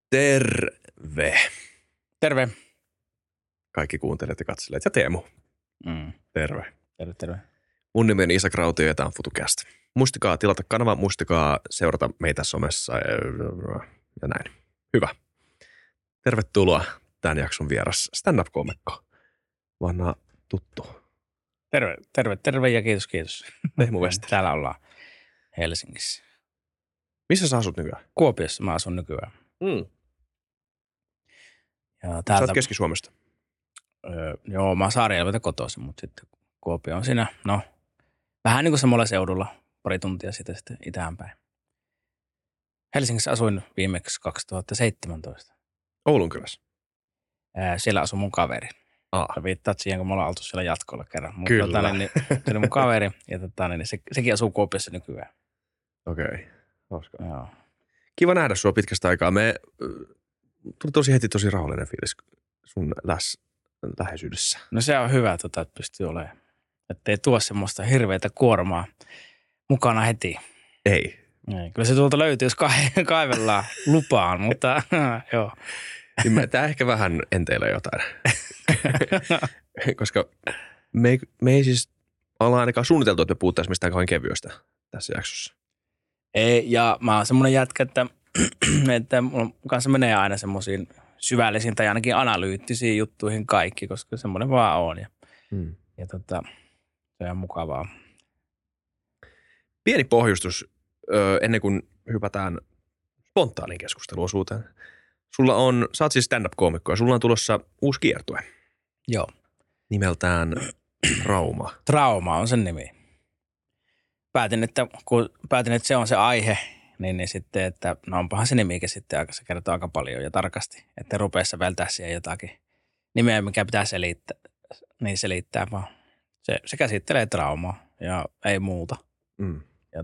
Terve. Terve. Kaikki kuuntelijat ja katselijat ja Teemu. Terve. Terve. Mun nimi on Isak Rautio ja tää on FutuCast. Muistakaa tilata kanava, muistakaa seurata meitä somessa ja näin. Hyvä. Tervetuloa tämän jakson vieras stand-up-komikko. Vanha tuttu. Terve ja kiitos. Teemu Wester. Täällä ollaan Helsingissä. Missä sä asut nykyään? Kuopiossa mä asun nykyään. Ja Sä täältä, oot Keski-Suomesta. Joo, mä oon Saarijärveltä kotoisin, mutta sitten Kuopio on siinä, vähän niin kuin samalla seudulla, pari tuntia sitten itäänpäin. Helsingissä asuin viimeksi 2017. Oulunkylässä. Siellä asui mun kaveri. Sä viittaat siihen, kun me ollaan oltu siellä jatkolla kerran. Kyllä. Se oli mun kaveri ja sekin asuu Kuopiossa nykyään. Okei. Hauskaa. Joo. Kiva nähdä sua pitkästä aikaa. Tuli heti tosi rauhallinen fiilis sun läheisyydessä. No se on hyvä, että pystyy olemaan. Että ei tuo semmoista hirveätä kuormaa mukana heti. Ei. Kyllä se tuolta löytyy, jos kaivellaan lupaan, mutta joo. Tää ehkä vähän enteilee jotain. Koska me ei siis olla ainakaan suunniteltu, että me puhuttaisiin mistään kauan kevyestä tässä jaksossa. Ei, ja mä oon semmoinen jätkä, että mulla kanssa menee aina semmoisiin syvällisiin tai ainakin analyyttisiin juttuihin kaikki, koska semmoinen vaan on. Ja se on mukavaa. Pieni pohjustus ennen kuin hypätään spontaaniin keskusteluosuuteen. Sä oot siis stand-up-koomikko ja sulla on tulossa uusi kiertue. Joo. Nimeltään Trauma. Trauma on sen nimi. Kun päätin, että se on se aihe, niin sitten, että onpahan se nimikin sitten, se kertoo aika paljon ja tarkasti, että rupeaa säveltää siihen jotakin nimeä, mikä pitää selittää, vaan se käsittelee traumaa ja ei muuta. Ja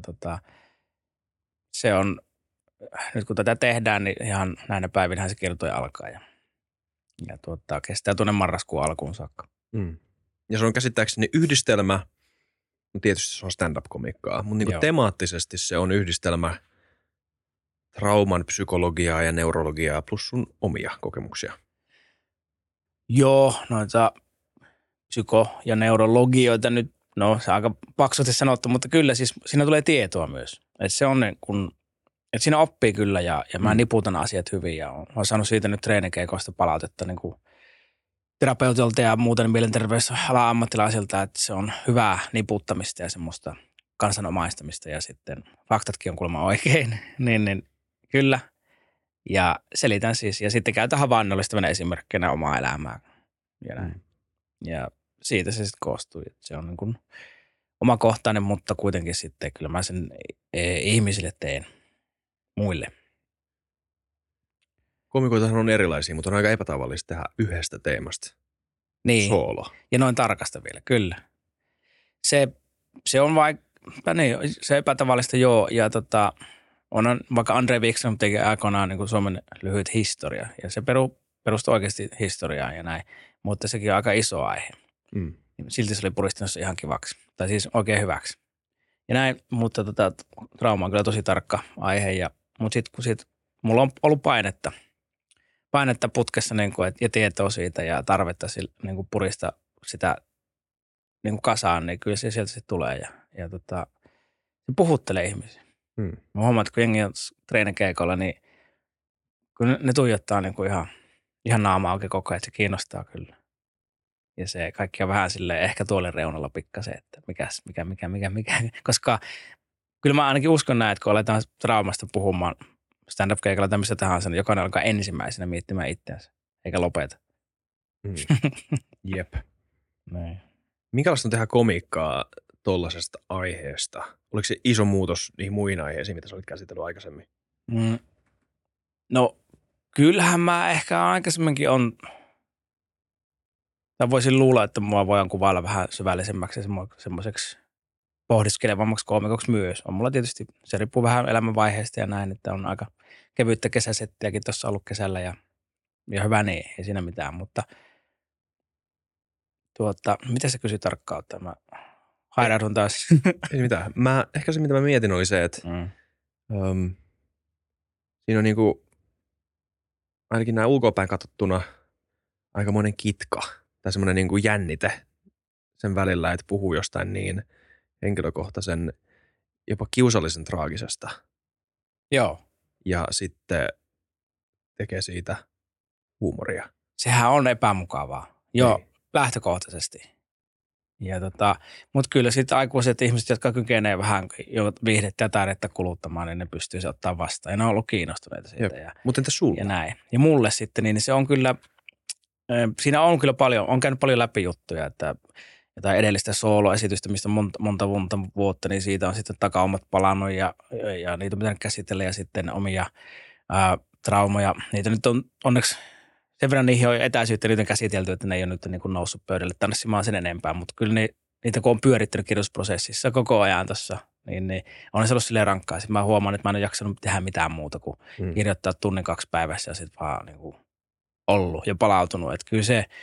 se on, nyt kun tätä tehdään, niin ihan näinä päivinähän se kiertue alkaa ja kestää tuonne marraskuun alkuun saakka. Ja se on käsittääkseni yhdistelmä, no tietysti se on stand-up-komikkaa, mutta niin temaattisesti se on yhdistelmä trauman psykologiaa ja neurologiaa plus sun omia kokemuksia. Joo, noita psyko- ja neurologioita nyt, se on aika paksusti sanottu, mutta kyllä siis siinä tulee tietoa myös. Että se on että siinä oppii kyllä ja mä niputan asiat hyvin ja olen saanut siitä nyt treenikeikoista palautetta niin kuin terapeutilta ja muuten mielenterveysalan ammattilaisilta, että se on hyvää niputtamista ja semmoista kansanomaistamista ja sitten faktatkin on kuulemma oikein, niin kyllä. Ja selitän siis ja sitten käytän havainnollistavana esimerkkinä omaa elämää ja näin. Ja siitä se sitten koostuu, että se on niin kuin omakohtainen, mutta kuitenkin sitten kyllä mä sen ihmisille teen muille. Komikoitahan on erilaisia, mutta on aika epätavallista tehdä yhdestä teemasta. Niin. Soolo. Ja noin tarkasta vielä, kyllä. Se on se epätavallista joo, ja on vaikka Andre Wikström teki aikoinaan niin kuin Suomen lyhyt historia, ja se perustuu oikeasti historiaan ja näin, mutta sekin on aika iso aihe. Silti se oli puristunut ihan kivaksi, tai siis oikein hyväksi. Ja näin, mutta trauma on kyllä tosi tarkka aihe, mutta sitten kun mulla on ollut painetta putkessa niin kuin, ja tietoa siitä ja tarvetta niin kuin purista sitä niin kuin kasaan, niin kyllä se sieltä sitten tulee ja se puhuttelee ihmisiä. Mä huomaan, että kun jengi on treenikeikolla, niin kun ne tuijottaa niin kuin ihan naama auki koko ajan, että se kiinnostaa kyllä. Ja se kaikki on vähän silleen ehkä tuolin reunalla pikkasen, että mikä. Koska kyllä mä ainakin uskon näin, että kun aletaan traumasta puhumaan stand-up-keikalla tämmöistä tahansa, niin jokainen alkaa ensimmäisenä miettimään itseänsä, eikä lopeta. Jep. Näin. Minkälaista on tehdä komiikkaa tollaisesta aiheesta? Oliko se iso muutos niihin muihin aiheisiin, mitä sä olit käsitellyt aikaisemmin? No, kyllähän mä ehkä aikaisemminkin tai voisin luulla, että mua voidaan kuvailla vähän syvällisemmäksi ja semmoiseksi pohdiskelevammaksi koomikoksi myös. On mulla tietysti, se riippuu vähän elämänvaiheesta ja näin, että on aika kevyyttä kesäsettiäkin tuossa ollut kesällä ja hyvä niin, ei siinä mitään, mutta mitä sä kysyt tarkkaan, että mä hairaudun taas. Ei mitään. Ehkä se, mitä mä mietin, oli se, että siinä on niinku ainakin nämä ulkopäin katsottuna aikamoinen kitka tai semmoinen niin kuin jännite sen välillä, että puhuu jostain niin henkilökohtaisen, jopa kiusallisen traagisesta Joo. ja sitten tekee siitä huumoria. Sehän on epämukavaa. Joo, Niin. lähtökohtaisesti. Ja mutta kyllä sitten aikuiset ihmiset, jotka kykenevät vähän viihdettä ja taidetta kuluttamaan, niin ne pystyy se ottaa vastaan. Ja ne on ollut kiinnostuneita siitä. Mutta entä sulla? Ja näin. Ja mulle sitten, niin se on kyllä, siinä on kyllä paljon, on käynyt paljon läpi juttuja, että jotain edellistä sooloesitystä, mistä monta vuotta, niin siitä on sitten takaumat palannut ja niitä on pitänyt käsitellä ja sitten omia traumoja. Niitä nyt on onneksi sen verran niihin on etäisyyttä niitä käsitelty, että ne ei ole nyt niin kuin noussut pöydälle tanssimaan sen enempää, mutta kyllä niitä kun on pyörittänyt kirjoitusprosessissa koko ajan tuossa, niin on se ollut silleen rankkaa. Sitten mä huomaan, että mä en ole jaksanut tehdä mitään muuta kuin kirjoittaa 1-2 päivässä ja sitten vaan niin kuin ollut ja palautunut. Että kyllä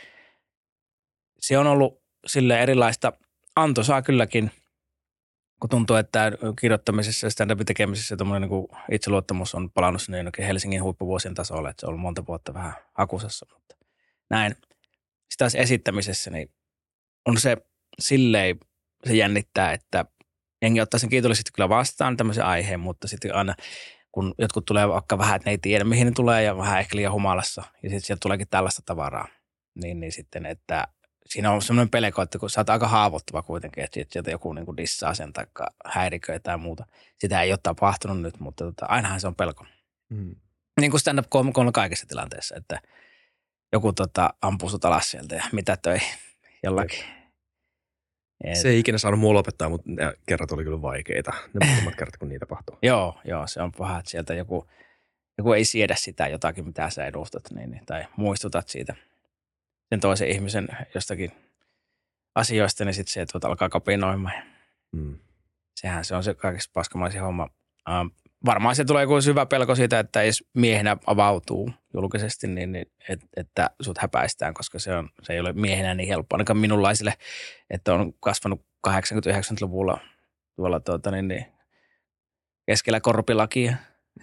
se on ollut silleen erilaista antoisaa kylläkin, kun tuntuu, että kirjoittamisessa ja stand-upin tekemisessä tuommoinen niin itseluottamus on palannut sinne jonnekin Helsingin huippuvuosien tasolle, että se on ollut monta vuotta vähän hakusessa, mutta näin. Sitten taas esittämisessä niin on se silleen, se jännittää, että jengi ottaa sen kiitollisesti kyllä vastaan tämmöisen aiheen, mutta sitten aina kun jotkut tulee vaikka vähän, että ne ei tiedä mihin ne tulee ja vähän ehkä liian humalassa ja sitten sieltä tuleekin tällaista tavaraa, niin sitten, että siinä on semmoinen pelko, että kun sä oot aika haavoittuva kuitenkin, että sieltä joku niin kuin dissaa sen tai häiriköi tai muuta. Sitä ei ole tapahtunut nyt, mutta ainahan se on pelko. Niin kuin stand-up-koomikolla kaikissa tilanteissa, että joku ampuu sut alas sieltä ja mitä töi jollakin. Se ei ikinä saanut mua lopettaa, mutta ne kerrat oli kyllä vaikeita. Ne muutamat kerrat, kun niitä tapahtuu. Joo, se on paha, että sieltä joku ei siedä sitä jotakin, mitä sä edustat, tai muistutat siitä sen toisen ihmisen jostakin asioista, niin sitten se alkaa kapinoimaan. Sehän se on se kaikista paskamaisin homma. Varmaan se tulee joku syvä pelko siitä, että jos miehenä avautuu julkisesti, niin että sut häpäistään, koska se ei ole miehenä niin helppo. Ainakaan minunlaisille, että on kasvanut 80-90-luvulla tuolla keskellä korpilakia.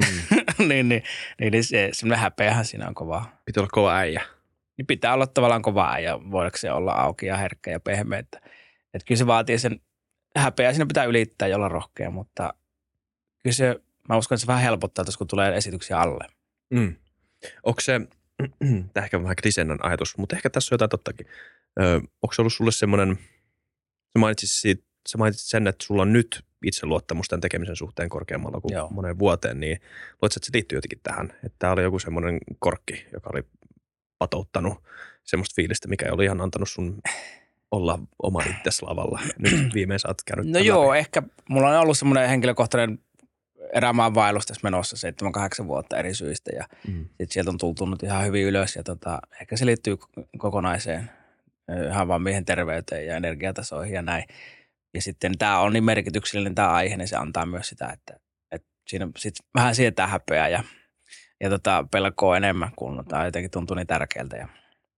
niin semmoinen häpeähän siinä on kovaa. Pitää olla kova äijä. Niin pitää olla tavallaan kova äijä, voidaanko se olla auki ja herkkä ja pehmeä. Että kyllä se vaatii sen häpeä, siinä pitää ylittää ja olla rohkea, mutta kyllä mä uskon, että se vähän helpottaa tuossa, kun tulee esityksiä alle. Onko se, tämä ehkä vähän kliseennan ajatus, mutta ehkä tässä on jotain tottakin. Onko se ollut sulle semmoinen, sä mainitsit sen, että sulla on nyt itseluottamus tämän tekemisen suhteen korkeammalla kuin moneen vuoteen, niin luuletko, että se liittyy jotenkin tähän? Että tämä oli joku semmoinen korkki, joka oli patouttanut semmoista fiilistä, mikä ei ole ihan antanut sun olla oma itsesi lavalla. Nyt viimein sä oot käynyt No joo, ehkä mulla on ollut semmoinen henkilökohtainen erämaan vaellus tässä menossa 7-8 vuotta eri syistä ja sitten sieltä on tultunut ihan hyvin ylös ja ehkä se liittyy kokonaiseen ihan vaan miehen terveyteen ja energiatasoihin ja näin. Ja sitten tämä on niin merkityksellinen tämä aihe, niin se antaa myös sitä, että siinä sitten vähän sietää häpeää ja pelkoa enemmän, kun tämä jotenkin tuntuu niin tärkeältä. Ja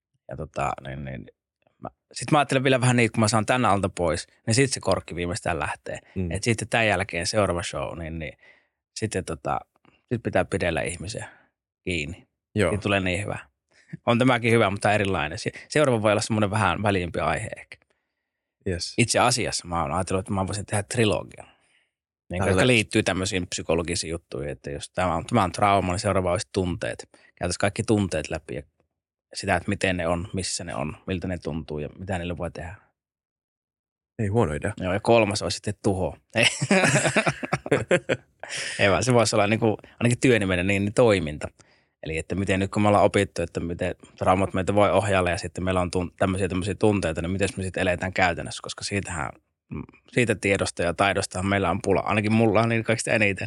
sitten mä ajattelen vielä vähän niitä, kun mä saan tänne alta pois, niin sitten se korkki viimeistään lähtee. Että sitten tämän jälkeen seuraava show, niin sitten sit pitää pidellä ihmisiä kiinni. Joo. Siitä tulee niin hyvä. On tämäkin hyvä, mutta erilainen. Seuraava voi olla semmoinen vähän väliempi aihe ehkä. Yes. Itse asiassa mä oon ajatellut, että mä voisin tehdä trilogian, joka liittyy tämmöisiin psykologisiin juttuihin, että jos tämä on trauma, niin seuraava olisi tunteet. Käytäisiin kaikki tunteet läpi ja sitä, että miten ne on, missä ne on, miltä ne tuntuu ja mitä niille voi tehdä. Ei huono idea. Joo, ja 3 olisi sitten tuho. Ei vaan, se voisi olla niin kuin, ainakin työnimenen niin toiminta. Eli että miten nyt kun me ollaan opittu, että miten traumat meitä voi ohjailla ja sitten meillä on tämmöisiä tunteita, niin miten me sitten eletään käytännössä, koska siitä tiedosta ja taidosta meillä on pula. Ainakin mulla on niin kaikista eniten.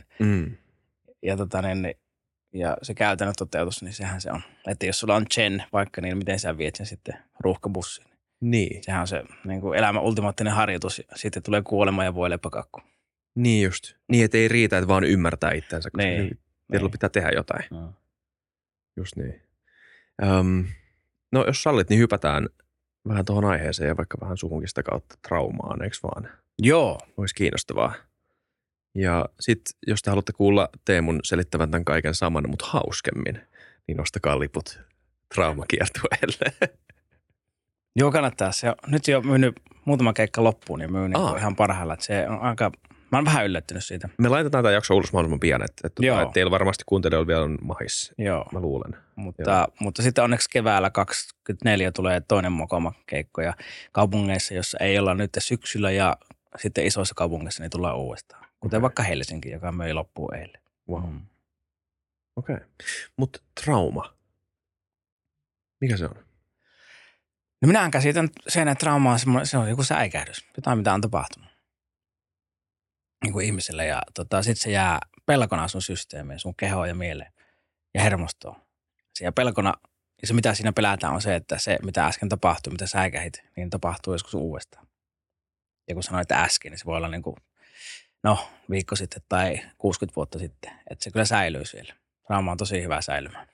Ja se käytännön toteutus, niin sehän se on. Että jos sulla on Chen vaikka, niin miten sä viet sen sitten ruuhkabussiin? Niin. Sehän on se niin kuin elämän ultimaattinen harjoitus. Sitten tulee kuolema ja voi lepäkakku. Niin just. Niin, että ei riitä, että vaan ymmärtää itseänsä, koska niin. Pitää tehdä jotain. No. Just niin. No jos sallit, niin hypätään vähän tuohon aiheeseen ja vaikka vähän suhunkin sitä kautta traumaan, eikö vaan? Joo. Olisi kiinnostavaa. Ja sitten, jos te haluatte kuulla Teemun selittävän tämän kaiken saman, mutta hauskemmin, niin ostakaa liput traumakiertueelle. Joo, kannattaa. Se on nyt jo myynyt muutama keikka loppuun ja myy niin ihan parhailla. Että se on aika, mä oon vähän yllättynyt siitä. Me laitetaan tämä jakso ulos mahdollisimman pian, että teillä varmasti kuuntelijoilla vielä on mahis, Joo. mä luulen. Mutta sitten onneksi keväällä 2024 tulee toinen Mokoma-keikko ja kaupungeissa, jossa ei olla nyt syksyllä ja sitten isoissa kaupungeissa niin tullaan uudestaan. Kuten vaikka Helsinki, joka möi loppuun eilen. Wow. Okei. Mutta trauma, mikä se on? No minä käsitän sen, että trauma on se on joku säikähdys. Jotain, mitä on tapahtunut niin kuin ihmiselle. Ja sitten se jää pelkona sun systeemiin, sun kehoon ja mieleen ja hermostoon. Ja pelkona, ja se mitä siinä pelätään on se, että se mitä äsken tapahtui, mitä säikähit, niin tapahtuu joskus uudestaan. Ja kun sanoit äsken, niin se voi olla niin kuin, viikko sitten tai 60 vuotta sitten. Että se kyllä säilyy siellä. Trauma on tosi hyvä säilymään.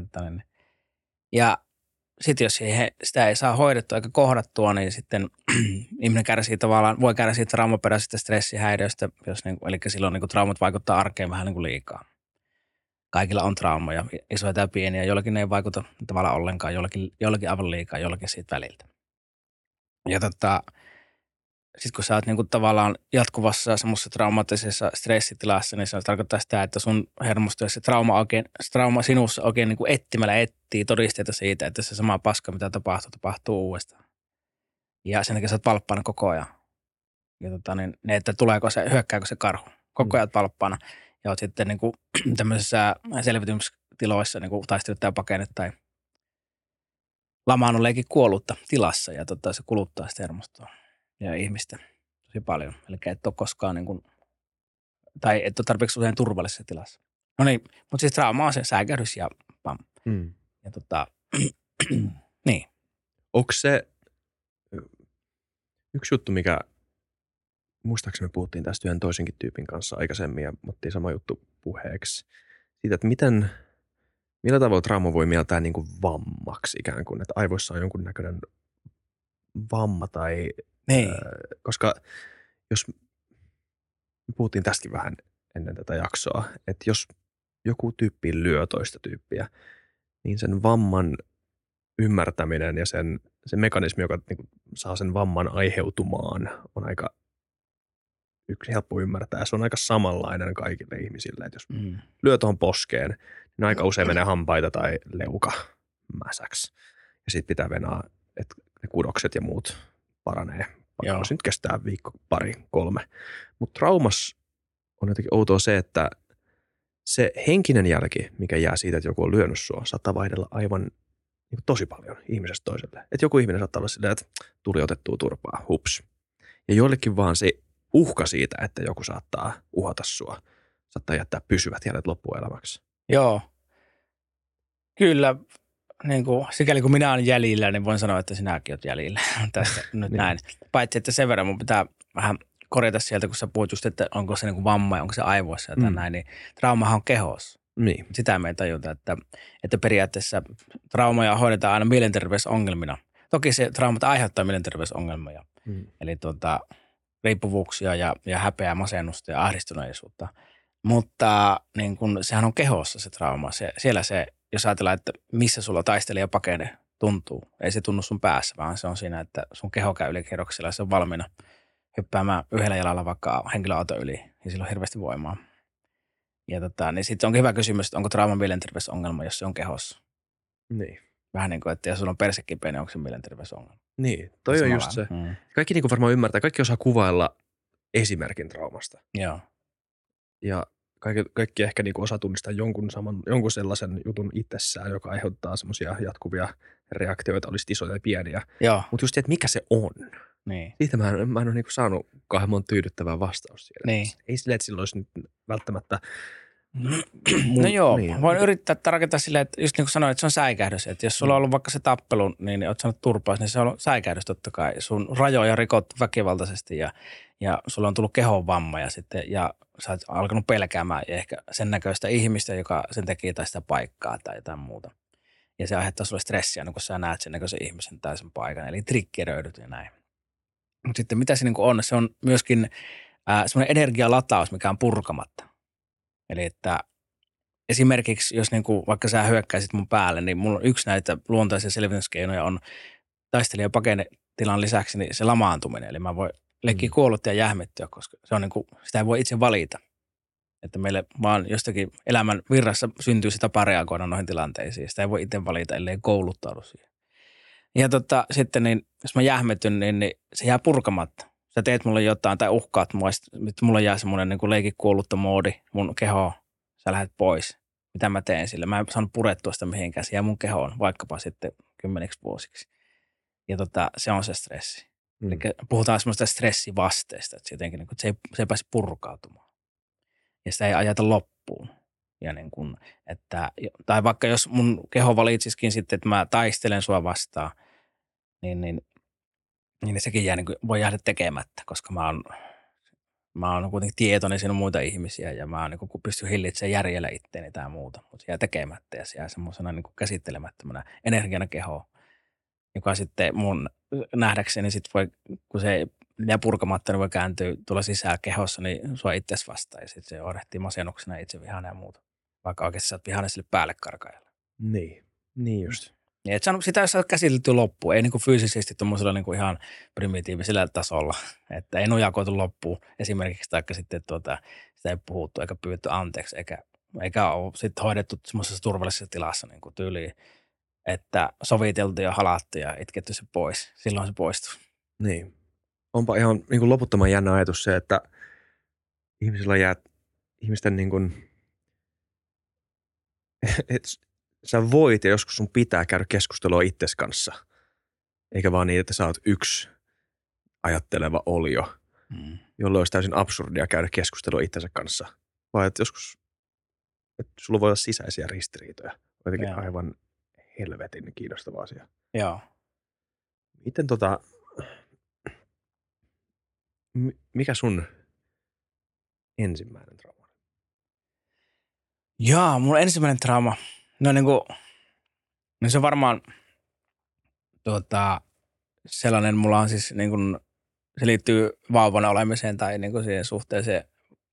Ja sitten jos sitä ei saa hoidettua eikä kohdattua, niin sitten ihminen voi kärsiä traumaperäisestä stressihäiriöstä, eli silloin niin kuin traumat vaikuttaa arkeen vähän niin kuin liikaa. Kaikilla on traumaja, isoja tai pieniä, jollakin ne ei vaikuta tavallaan ollenkaan, jollakin aivan liikaa, jollakin siitä väliltä. Ja sitten kun sä oot niin kuin tavallaan jatkuvassa semmoisessa traumaattisessa stressitilassa, niin se tarkoittaa sitä, että sun hermosto ja se trauma sinussa oikein niin kuin etsimällä etsii todisteita siitä, että se sama paska, mitä tapahtuu uudestaan. Ja sen takia sä oot valppaana koko ajan. Ja niin että hyökkääkö se karhu. Koko ajan valppaana. Ja oot sitten niin kuin tämmöisissä selvitystiloissa niin kuin taistelut tai pakenet tai lamaan on leikin kuollutta tilassa. Ja se kuluttaa sitä hermostoa ja ihmistä tosi paljon. Eli et ole koskaan niin kuin, tai et ole tarpeeksi usein turvallisessa tilassa. No niin, mutta siis trauma on se säikähdys ja pam. Ja niin. Onko se yksi juttu, mikä muistaakseni me puhuttiin tästä yhden toisenkin tyypin kanssa aikaisemmin ja otettiin sama juttu puheeksi siitä, että millä tavalla trauma voi mieltää niin kuin vammaksi ikään kuin, että aivoissa on jonkun näköinen vamma tai niin. Koska jos me puhuttiin tästäkin vähän ennen tätä jaksoa, että jos joku tyyppi lyö toista tyyppiä, niin sen vamman ymmärtäminen ja se mekanismi, joka niin kuin saa sen vamman aiheutumaan, on aika helppo ymmärtää. Se on aika samanlainen kaikille ihmisille, että jos lyö tuohon poskeen, niin aika usein menee hampaita tai leuka mäsäksi. Ja sitten pitää venaa, että ne kudokset ja muut paranee. Se nyt kestää viikko, pari, 3. Mutta traumassa on jotenkin outoa se, että se henkinen jälki, mikä jää siitä, että joku on lyönyt sua, saattaa vaihdella aivan niin tosi paljon ihmisestä toiselle. Että joku ihminen saattaa olla silleen, että tuli otettua turpaa, hups. Ja joillekin vaan se uhka siitä, että joku saattaa uhata sua, saattaa jättää pysyvät jäljet loppuelämäksi. Joo. Kyllä, niin kuin, sikäli kun minä olen jäljillä, niin voin sanoa, että sinäkin olet jäljillä tästä nyt näin. Paitsi, että sen verran mun pitää vähän korjata sieltä, kun sä puhut just, että onko se niin kuin vamma ja onko se aivoissa ja näin, niin traumahan on kehossa. Niin. Sitä me ei tajuta, että periaatteessa traumaja hoidetaan aina mielenterveysongelmina. Toki se traumat aiheuttaa mielenterveysongelmia, eli riippuvuuksia ja häpeää, masennusta ja ahdistuneisuutta. Mutta niin kun, sehän on kehossa se trauma. Siellä se, jos ajatellaan, että missä sulla taistelija pakene tuntuu, ei se tunnu sun päässä, vaan se on siinä, että sun keho käy ylikierroksilla ja se on valmiina hyppäämään yhdellä jalalla vaikka henkilöauto yli ja sillä on hirveästi voimaa. Ja niin sitten onkin hyvä kysymys, että onko trauma mielenterveysongelma, jos se on kehossa. Niin. Vähän niin kuin, että jos sulla on perse kipeä, niin onko se mielenterveysongelma? Niin, toi on just se. Kaikki niin kuin varmaan ymmärtää, kaikki osaa kuvailla esimerkin traumasta. Joo. Ja kaikki ehkä niin kuin osaa tunnistaa jonkun sellaisen jutun itsessään, joka aiheuttaa semmoisia jatkuvia reaktioita, olisi isoja ja pieniä. Mutta just se, että mikä se on. Niin. Siitä mä en ole niin kuin saanut kahden tyydyttävää vastausta siellä. Niin. Ei silleen, että sillä olisi nyt välttämättä. No joo, niin. Voin yrittää tarkentaa silleen, että just niin kuin sanoin, että se on säikähdys. Että jos sulla on ollut vaikka se tappelu, niin oot saanut turpaus, niin se on säikähdys totta kai. Sun rajoja rikottu väkivaltaisesti ja sulla on tullut kehon vamma ja sä oot alkanut pelkäämään ja ehkä sen näköistä ihmistä, joka sen teki tai sitä paikkaa tai jotain muuta. Ja se aiheuttaa sulle stressiä, kun sä näet sen näköisen ihmisen tai sen paikan, eli triggeröidyt ja näin. Mutta sitten mitä se niin kuin on, se on myöskin semmoinen energialataus, mikä on purkamatta. Eli että esimerkiksi jos niinku, vaikka sä hyökkäisit mun päälle, niin mulla on yksi näitä luontaisia selvityskeinoja on taistelija pakenetilan lisäksi niin se lamaantuminen. Eli mä voin leikkiä kuollutta ja jähmettyä, koska se on niinku, sitä ei voi itse valita. Että meille vaan jostakin elämän virrassa syntyy sitä tapa reagoida noihin tilanteisiin. Sitä ei voi itse valita, ellei kouluttaudu siihen. Ja sitten niin, jos mä jähmetyn, niin se jää purkamatta. Sä teet mulle jotain tai uhkaat mua, nyt mulla jää semmoinen niin leikin kuollutta moodi mun kehoon. Sä lähdet pois. Mitä mä teen sille? Mä en saanut purettua sitä mihinkään. Se jää mun kehoon, vaikkapa sitten 10 vuosiksi. Ja se on se stressi. Eli puhutaan semmoista stressivasteesta, että, jotenkin, niin kuin, että se ei pääse purkautumaan. Ja sitä ei ajata loppuun. Ja niin kuin, tai vaikka jos mun keho valitsisikin sitten, että mä taistelen sua vastaan, niin sekin jää, niin kuin, voi jäädä tekemättä, koska mä oon kuitenkin tietoinen, siinä on muita ihmisiä ja mä oon, niin kuin, pystyn hillitsemään järjellä itteeni tai muuta, mutta se jää tekemättä ja se jää semmoisena niin kuin käsittelemättömänä energiana kehoon, joka sitten mun nähdäkseni sit voi, kun se jää purkamatta, niin voi kääntyä tuolla sisään kehossa, niin sua itsesi vastaan ja sitten se oirehtii masennuksena itse vihana ja muuta, vaikka oikeasti sä oot vihana sille päälle karkaajalle. Niin just. Ja et saanut sitä, jos olet käsitelty loppuun, ei niin kuin fyysisesti tuommoisella niin kuin ihan primitiivisellä tasolla, että ei nojakoitu loppuun esimerkiksi, taikka sitten sitä ei puhuttu eikä pyydetty anteeksi, eikä ole sitten hoidettu semmoisessa turvallisessa tilassa niin kuin tyyliin, että soviteltu ja halattu ja itketty se pois, silloin se poistuu. Niin. Onpa ihan niin kuin loputtoman jännä ajatus se, että ihmisten niin kuin, sä voit ja joskus sun pitää käydä keskustelua itsesi kanssa. Eikä vaan niin, että sä oot yksi ajatteleva olio, jolloin olisi täysin absurdia käydä keskustelua itsensä kanssa. Vaan että joskus, että sulla voi olla sisäisiä ristiriitoja. Jotenkin aivan helvetin kiinnostava asia. Joo. Miten mikä sun ensimmäinen trauma? Joo, mun ensimmäinen trauma, no se on varmaan sellainen, mulla on siis niin kuin, se liittyy vauvana olemiseen tai niin kuin siihen suhteeseen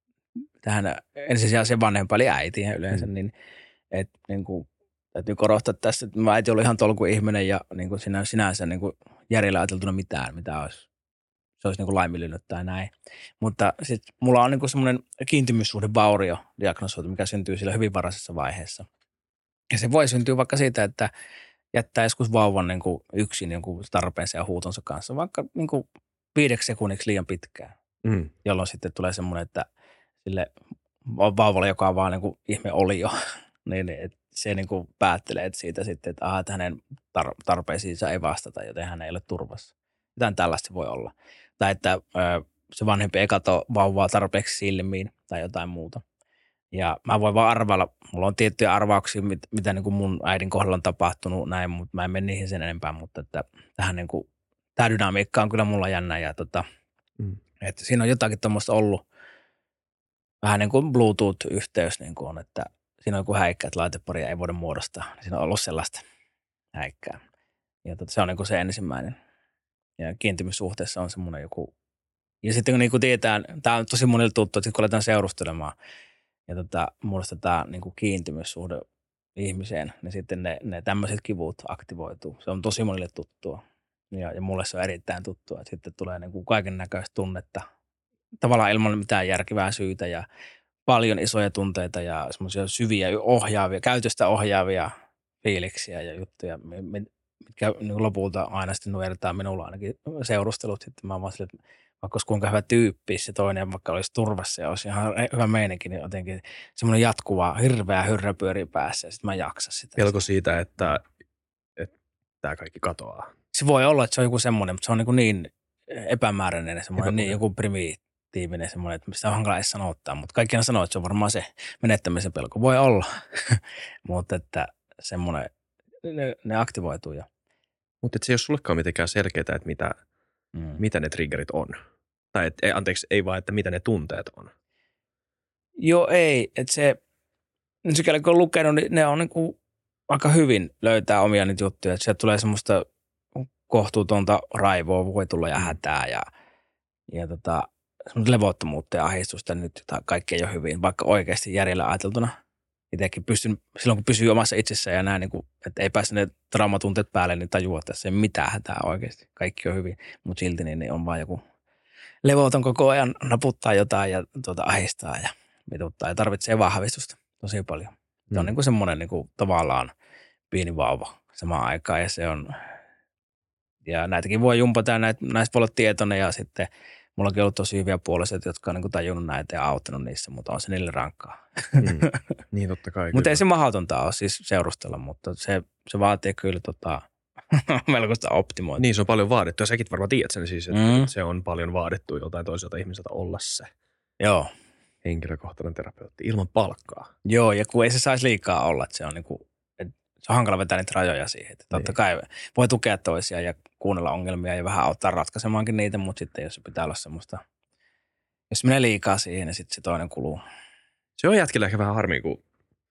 tähän ensisijaiseen vanhempaan, eli äitiin yleensä, niin että niin kuin, täytyy korostaa tässä, että mä äiti oli ihan tolkuihminen ja niin kuin sinänsä niin kuin järjellä ajateltuna mitään, mitä olisi. Se olisi niin kuin laiminlyönyt tai näin. Mutta sitten mulla on niin kuin semmoinen kiintymyssuhdevaurio diagnosoitu, mikä syntyy sillä hyvin varhaisessa vaiheessa. Ja se voi syntyä vaikka siitä, että jättää joskus vauvan niin kuin yksin jonkun tarpeensa ja huutonsa kanssa, vaikka niin kuin 5 sekunniksi liian pitkään, jolloin sitten tulee semmoinen, että sille vauvalle, joka on vaan niin kuin ihme olio, niin se niin kuin päättelee että siitä sitten, että hänen tarpeisiinsa ei vastata, joten hän ei ole turvassa. Jotain tällaista voi olla. Tai että se vanhempi ei katso vauvaa tarpeeksi silmiin tai jotain muuta. Ja mä voin vaan arvailla, mulla on tiettyjä arvauksia, mitä niin kuin mun äidin kohdalla on tapahtunut näin, mutta mä en mene niihin sen enempää, mutta että tähän niin kuin, tämä dynamiikka on kyllä mulla jännä ja että siinä on jotakin tuommoista ollut, vähän niin kuin Bluetooth-yhteys niin kuin on, että siinä on joku häikkä, että laiteparia ei voida muodostaa. Siinä on ollut sellaista häikkää. Ja se on niin kuin se ensimmäinen. Ja kiintymyssuhteessa on semmoinen joku. Ja sitten kun niin kuin tietää, tämä on tosi monille tuttu, että kun aletaan seurustelemaan ja muodostetaan niin kuin kiintymyssuhde ihmiseen, niin sitten ne tämmöiset kivut aktivoituu. Se on tosi monille tuttua. Ja mulle se on erittäin tuttua, että sitten tulee niin kuin kaiken näköistä tunnetta. Tavallaan ilman mitään järkevää syytä ja paljon isoja tunteita ja semmoisia syviä ohjaavia, käytöstä ohjaavia fiiliksiä ja juttuja, mitkä niin lopulta aina sitten nujertaa minulla ainakin seurustelut. Sitten mä oon vaan sille, että vaikka olisi kuinka hyvä tyyppi se toinen, vaikka olisi turvassa ja olisi ihan hyvä meininki, niin jotenkin semmoinen jatkuva, hirveä hyrrä pyörii päässä ja sitten mä en jaksa sitä. Pelko siitä, että tämä kaikki katoaa. Se voi olla, että se on joku semmoinen, mutta se on niin epämääräinen, semmoinen niin joku primitiivinen semmoinen, että sitä on hankala edes sanottaa, mutta kaikkihan sanoo, että se on varmaan se menettämisen pelko. Voi olla, mutta että semmoinen, ne aktivoituu jo. Mutta se ei ole sullekaan mitenkään selkeää, että mitä ne triggerit on. Tai ei vaan, että mitä ne tunteet on. Joo, ei. Että sikäli kun on lukenut, niin ne on niin kuin aika hyvin löytää omia niitä juttuja. Että sieltä tulee semmoista kohtuutonta raivoa, voi tulla ja hätää ja semmoista levottomuutta ja ahdistusta nyt, jota kaikki ei ole hyvin, vaikka oikeasti järjellä ajateltuna itsekin pystyn, silloin kun pysyy omassa itsessään ja näin, niin kuin, että ei pääse ne traumatunteet päälle, niin tajuaa, että tässä ei mitään hätää oikeasti. Kaikki on hyvin, mutta silti niin on vaan joku levoton koko ajan naputtaa jotain ja ahistaa ja vituttaa ja tarvitsee vahvistusta tosi paljon. Se on niin kuin semmoinen niin kuin, tavallaan pieni vauva samaan aikaan ja se on, ja näitäkin voi jumpata ja näistä voi olla tietoinen ja sitten mullakin on ollut tosi hyviä puoliset, jotka on niin kuin tajunnut näitä ja auttanut niissä, mutta on se niille rankkaa. Niin totta kai. Mutta ei se mahdotonta ole siis seurustella, mutta se vaatii kyllä melkoista optimointia. Niin, se on paljon vaadittu ja säkin varmaan tiedät sen siis, että se on paljon vaadittu joltain toiselta ihmiseltä olla se. Joo. Henkilökohtainen terapeutti ilman palkkaa. Joo, ja kun ei se saisi liikaa olla, että se on niinku, että se on hankala vetää niitä rajoja siihen. Että totta kai voi tukea toisia ja kuunnella ongelmia ja vähän auttaa ratkaisemaankin niitä, mutta sitten jos se pitää olla semmoista, jos menee liikaa siihen, niin sitten se toinen kuluu. Se on jätkillä ehkä vähän harmi, kun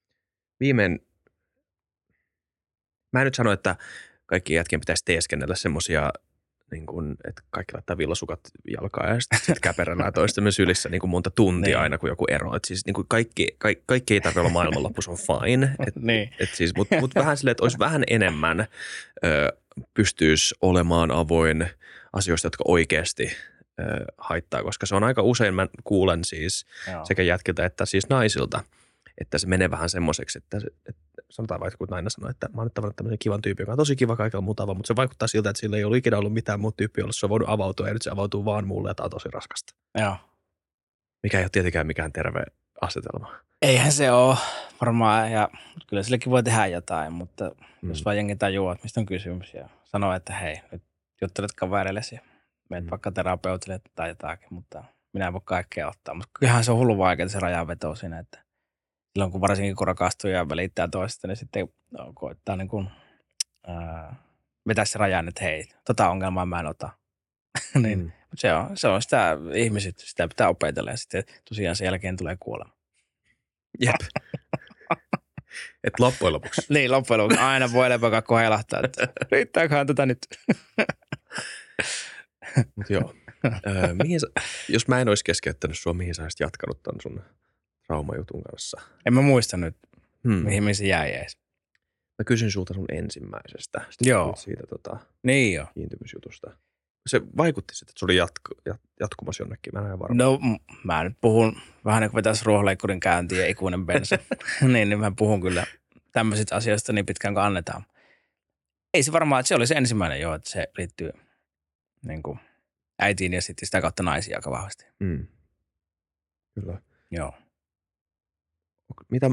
mä en nyt sano, että kaikki jätkien pitäisi teeskennellä semmoisia, niin kuin, että kaikki laittaa villasukat jalkaan ja sitten käperellään toistemme sylissä niin kuin monta tuntia aina, kun joku ero. Että siis niin kuin kaikki ei tarvitse olla maailmanloppu, se on fine. Siis, mutta vähän silleen, että olisi vähän enemmän pystyisi olemaan avoin asioista, jotka oikeasti haittaa, koska se on aika usein, mä kuulen siis sekä jätkiltä että siis naisilta, että se menee vähän semmoiseksi, että sanotaan vaikka, kun nainen sanoo, että mä oon nyt tavannut tämmöisen kivan tyypin, joka on tosi kiva kaikella mutava, mutta se vaikuttaa siltä, että sillä ei ollut ikinä ollut mitään muuta tyyppiä, jolla se on voinut avautua ja nyt se avautuu vaan mulle ja tää on tosi raskasta. Joo. Mikä ei ole tietenkään mikään terve asetelma. Eihän se ole varmaan ja kyllä sillekin voi tehdä jotain, mutta jos vaan jengi tajuaa, että mistä on kysymys ja sanoo, että hei, nyt juttelet kavereillesi ja menet vaikka terapeutille tai jotakin, mutta minä en voi kaikkea ottaa. Mutta kyllähän se on hullu vaikea se rajanveto siinä, että silloin kun varsinkin kun rakastuu ja välittää toisesta, niin sitten koittaa niin kuin, vetää se rajan, että hei, ongelmaa mä en ota. Niin, se on sitä ihmiset, sitä pitää opetella ja sitten tosiaan sen jälkeen tulee kuolema. Jep. Et loppujen lopuksi. Niin, loppujen lopuksi aina voi lepäkakko heilahtaa, että riittääköhän tätä nyt. Mut joo. Jos mä en olisi keskeyttänyt sua, mihin sä olisit jatkanut ton sun traumajutun kanssa? En mä muista nyt, mihin se jäi edes. Mä kysyn sulta sun ensimmäisestä. Joo. Siitä niin jo. Kiintymysjutusta. Se vaikutti sitten, että se oli jatkumassa jonnekin. Mä en ole varma. No, mä nyt puhun vähän niin kuin vetäisi ruohonleikkurin käyntiin ja ikuinen bensa. niin mä puhun kyllä tämmöisistä asioista niin pitkään kuin annetaan. Ei se varmaan, että se oli se ensimmäinen jo, että se liittyy niin kuin äitiin ja sitten sitä kautta naisiin aika vahvasti. Kyllä. Joo. Mitä,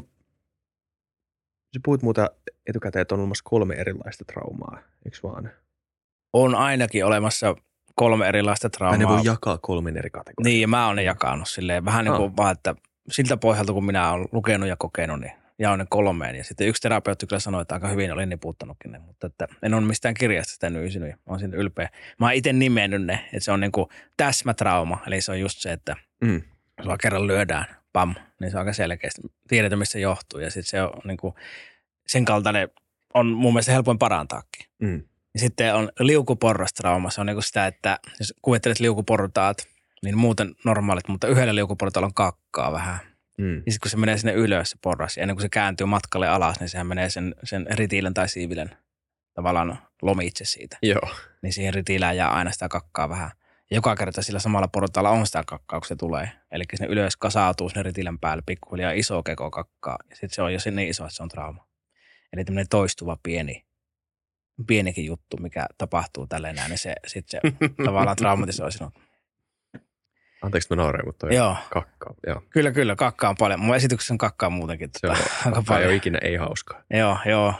sä puhuit muuta etukäteen, että on olemassa 3 erilaista traumaa, eikö vaan? On ainakin olemassa 3 erilaista traumaa. Ne voi jakaa 3 eri kategoriaa. Niin, ja mä oon ne jakanut silleen vähän niin kuin vaan, että siltä pohjalta, kun minä oon lukenut ja kokenut, niin jaon ne 3. Ja sitten yksi terapeutti kyllä sanoi, että aika hyvin olin niputtanutkin ne, mutta että en ole mistään kirjasta sitä nyysinyt ja olen siitä ylpeä. Mä oon itse nimennyt ne, että se on niin kuin täsmätrauma, eli se on just se, että sua kerran lyödään, pam, niin se on aika selkeästi. Tiedetään, mistä se johtuu ja sitten se on niin kuin, sen kaltainen on mun mielestä helpoin parantaakin. Ja sitten on liukuporrastrauma. Se on niin kuin sitä, että jos kuvittelet liukuportaat, niin muuten normaalit, mutta yhdellä liukuportaalla on kakkaa vähän. Ja sitten kun se menee sinne ylös se porras, ja ennen kuin se kääntyy matkalle alas, niin sehän menee sen ritiilen tai siivilen tavallaan lomitse siitä. Joo. Niin siihen ritiilään jää aina sitä kakkaa vähän. Ja joka kerta sillä samalla portaalla on sitä kakkaa, kun se tulee. Eli sinne ylös kasautuu sinne ritiilen päälle pikkuhiljaa iso keko kakkaa. Ja sitten se on jo niin iso, että se on trauma. Eli tämmöinen toistuva pienikin juttu, mikä tapahtuu tälleen näin, niin se tavallaan traumatisoi sinut. Anteeksi, mä naureen, mutta kakkaa. Joo. Kyllä, kakkaa on paljon. Mun esityksessä on kakkaa muutenkin. Se on aika paljon. Ei ikinä ei hauskaa. Joo.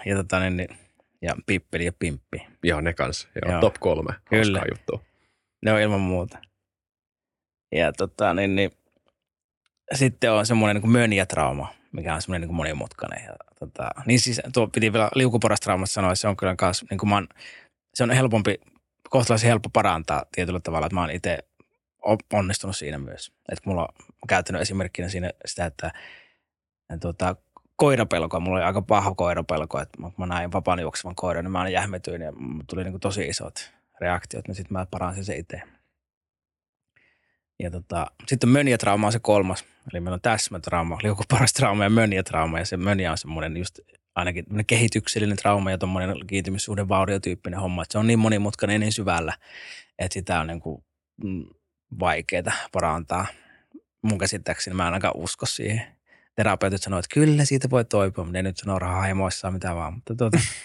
Ja pippeli ja pimppi. Joo, ne kanssa. Joo. Top 3 kyllä. Hauskaa juttua. Ne on ilman muuta. Ja sitten on semmoinen niin mönjätrauma, mikä on semmoinen niin monimutkainen. Ja, niin siis tuo piti vielä liukuporrastraumasta sanoa, että se on kyllä kanssa, niin kuin se on helpompi, kohtalaisen helppo parantaa tietyllä tavalla, että mä oon itse onnistunut siinä myös. Että mulla on käyttänyt esimerkkinä siinä sitä, että koirapelkoa, mulla oli aika paha koirapelko, että mä näin vapaan juoksevan koiran, niin mä aina jähmetyin ja tuli niin kuin tosi isot reaktiot, niin sitten mä paransin se itse. Ja sitten mönjätrauma on se kolmas. Eli meillä on täsmätrauma, liukuporrastrauma ja mönjätrauma. Ja se mönjä on semmoinen just ainakin kehityksellinen trauma ja tuommoinen kiintymyssuhden vauriotyyppinen homma. Että se on niin monimutkainen ja niin syvällä, että sitä on niin kuin vaikeaa parantaa. Mun käsittääkseni mä en ainakaan usko siihen. Terapeutit sanoo, että kyllä siitä voi toipua, mutta ei nyt sano rahaheimoissaan mitä vaan. Mutta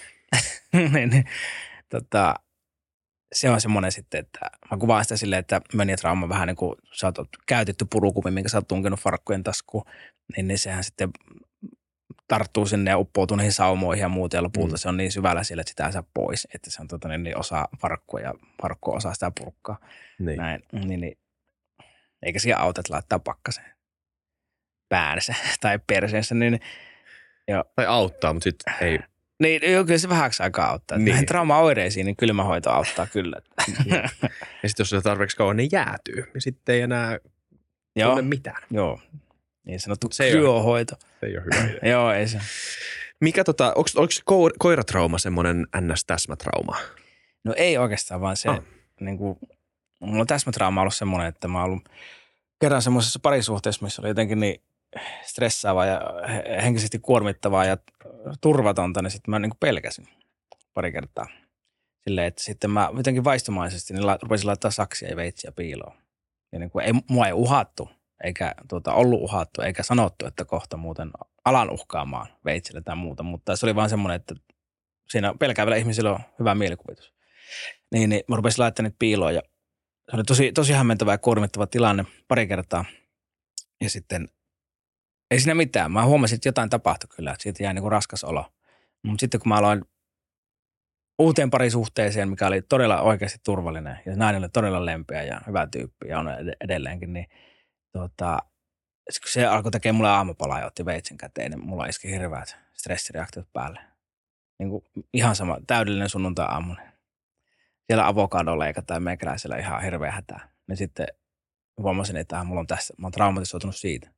se on semmoinen sitten, että mä kuvaan sitä silleen, että mönjätrauma on vähän niin kuin sä oot käytetty purukumi, minkä sä oot tunkenut farkkujen taskuun, niin sehän sitten tarttuu sinne ja uppoutuu niihin saumoihin ja muuta, ja lopulta se on niin syvällä siellä, että sitä ei saa pois, että se on niin osa farkkua ja farkku osaa sitä purkkaa. Niin. Näin, niin. Eikä siihen auta, että laittaa pakkaseen päänsä tai perseensä, niin joo. Tai auttaa, mutta sitten ei. Niin, joo, kyllä se vähäksi aikaa auttaa. Niin. Näihin traumaoireisiin, niin kylmähoito auttaa kyllä. Ja sitten jos se tarpeeksi kauan, ne jäätyy. Ja sitten ei enää tunne mitään. Joo, niin sanottu kryohoito. Se ei ole hyvä idea. Joo, ei se. Mikä oliko koiratrauma semmoinen NS-täsmätrauma? No ei oikeastaan, vaan se, niin kuin, mulla on täsmätrauma ollut semmoinen, että mä oon ollut kerran semmoisessa parisuhteessa, missä oli jotenkin niin stressaavaa ja henkisesti kuormittavaa ja turvatonta, niin sitten mä niin kuin pelkäsin pari kertaa. Silleen, että sitten mä jotenkin vaistomaisesti niin rupesin laittaa saksia ja veitsiä piiloon. Ja niin kuin mua ei uhattu, eikä ollut uhattu, eikä sanottu, että kohta muuten alan uhkaamaan veitsillä tai muuta. Mutta se oli vaan semmoinen, että siinä pelkäävällä ihmisillä on hyvä mielikuvitus. Niin mä rupesin laittamaan niitä piiloon ja se oli tosi hämmentävä ja kuormittava tilanne pari kertaa. Ja sitten ei siinä mitään. Mä huomasin, että jotain tapahtui kyllä, että siitä jäi niin kuin raskas olo. Mutta sitten kun mä aloin uuteen parisuhteeseen, mikä oli todella oikeasti turvallinen ja nainen oli todella lempeä ja hyvä tyyppi ja on edelleenkin, niin kun se alkoi tekemään mulle aamupalaa ja otti veitsen käteen, niin mulla iski hirveät stressireaktiot päälle. Niin kuin ihan sama, täydellinen sunnuntai-aamu. Siellä avokado leikataan ja meikäläisellä ihan hirveä hätää. Niin sitten huomasin, että mulla on tässä, mä oon traumatisoitunut siitä.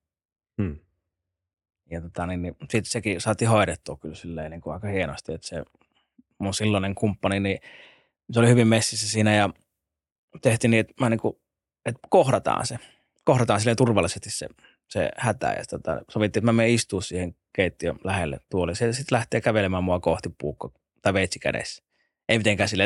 Ja niin sitten sekin saatiin hoidettua kyllä silleen niin kuin aika hienosti, että se mun silloinen kumppani, niin se oli hyvin messissä siinä ja tehtiin niin, että mä niin kuin, että kohdataan silleen turvallisesti se hätä ja sovittiin, että mä menen istua siihen keittiön lähelle tuoliin. Se sitten lähtee kävelemään mua kohti puukko tai veitsi kädessä. Ei mitenkään silleen,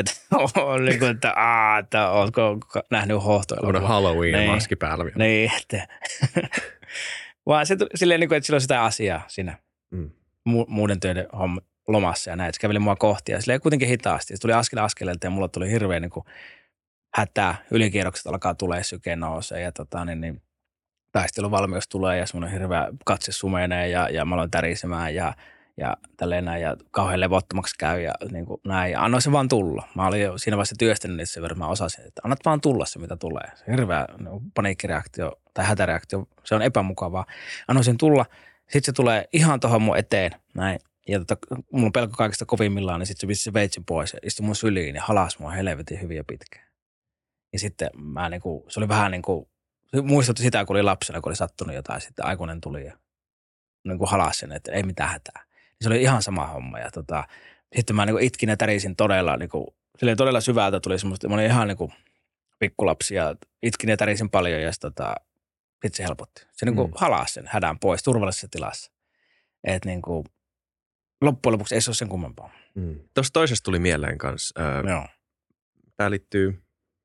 että ootko nähnyt hohtoilla. On Halloween-maski päällä vielä. Niin, että vaan se silleen, että sillä on sitä asiaa siinä muuden töiden lomassa ja näin. Se käveli mua kohti ja silleen kuitenkin hitaasti. Se tuli askeleelta ja mulla tuli hirveä niin kuin hätää. Ylikierrokset alkaa tulee, syke nousee ja taisteluvalmius tulee ja semmoinen hirveä katse sumenee ja mä aloin tärisemään ja tälleen näin ja kauhean levottomaksi käy ja niin kuin näin. Ja annoin se vaan tulla. Mä olin jo siinä vaiheessa työstänyt niitä sen verran, mä osasin, että annat vaan tulla se, mitä tulee. Se hirveä paniikkireaktio tai hätäreaktio, se on epämukavaa. Annoin sen tulla, sitten se tulee ihan tuohon mun eteen näin. Ja mulla on pelko kaikista kovimmillaan, niin sitten se vissi veitsin pois ja istui mun syliin ja halasi mua helvetin hyvin ja pitkään. Ja sitten mä niinku, se oli vähän niin kuin, muistutti sitä, kun oli lapsena, kun oli sattunut jotain, sitten aikuinen tuli ja niin kuin halasi sen, että ei mitään hätää. Se oli ihan sama homma ja sitten mä niinku itkin ja tärisin todella, niinku, silleen todella syvältä tuli semmoista, mä olin ihan niinku pikkulapsi ja itkin ja tärisin paljon ja sitten se helpotti. Se niinku halasi sen hädän pois turvallisessa tilassa. Että niinku loppujen lopuksi ei se ole sen kummempaa. Tuossa toisesta tuli mieleen kanssa. Joo. Tämä liittyy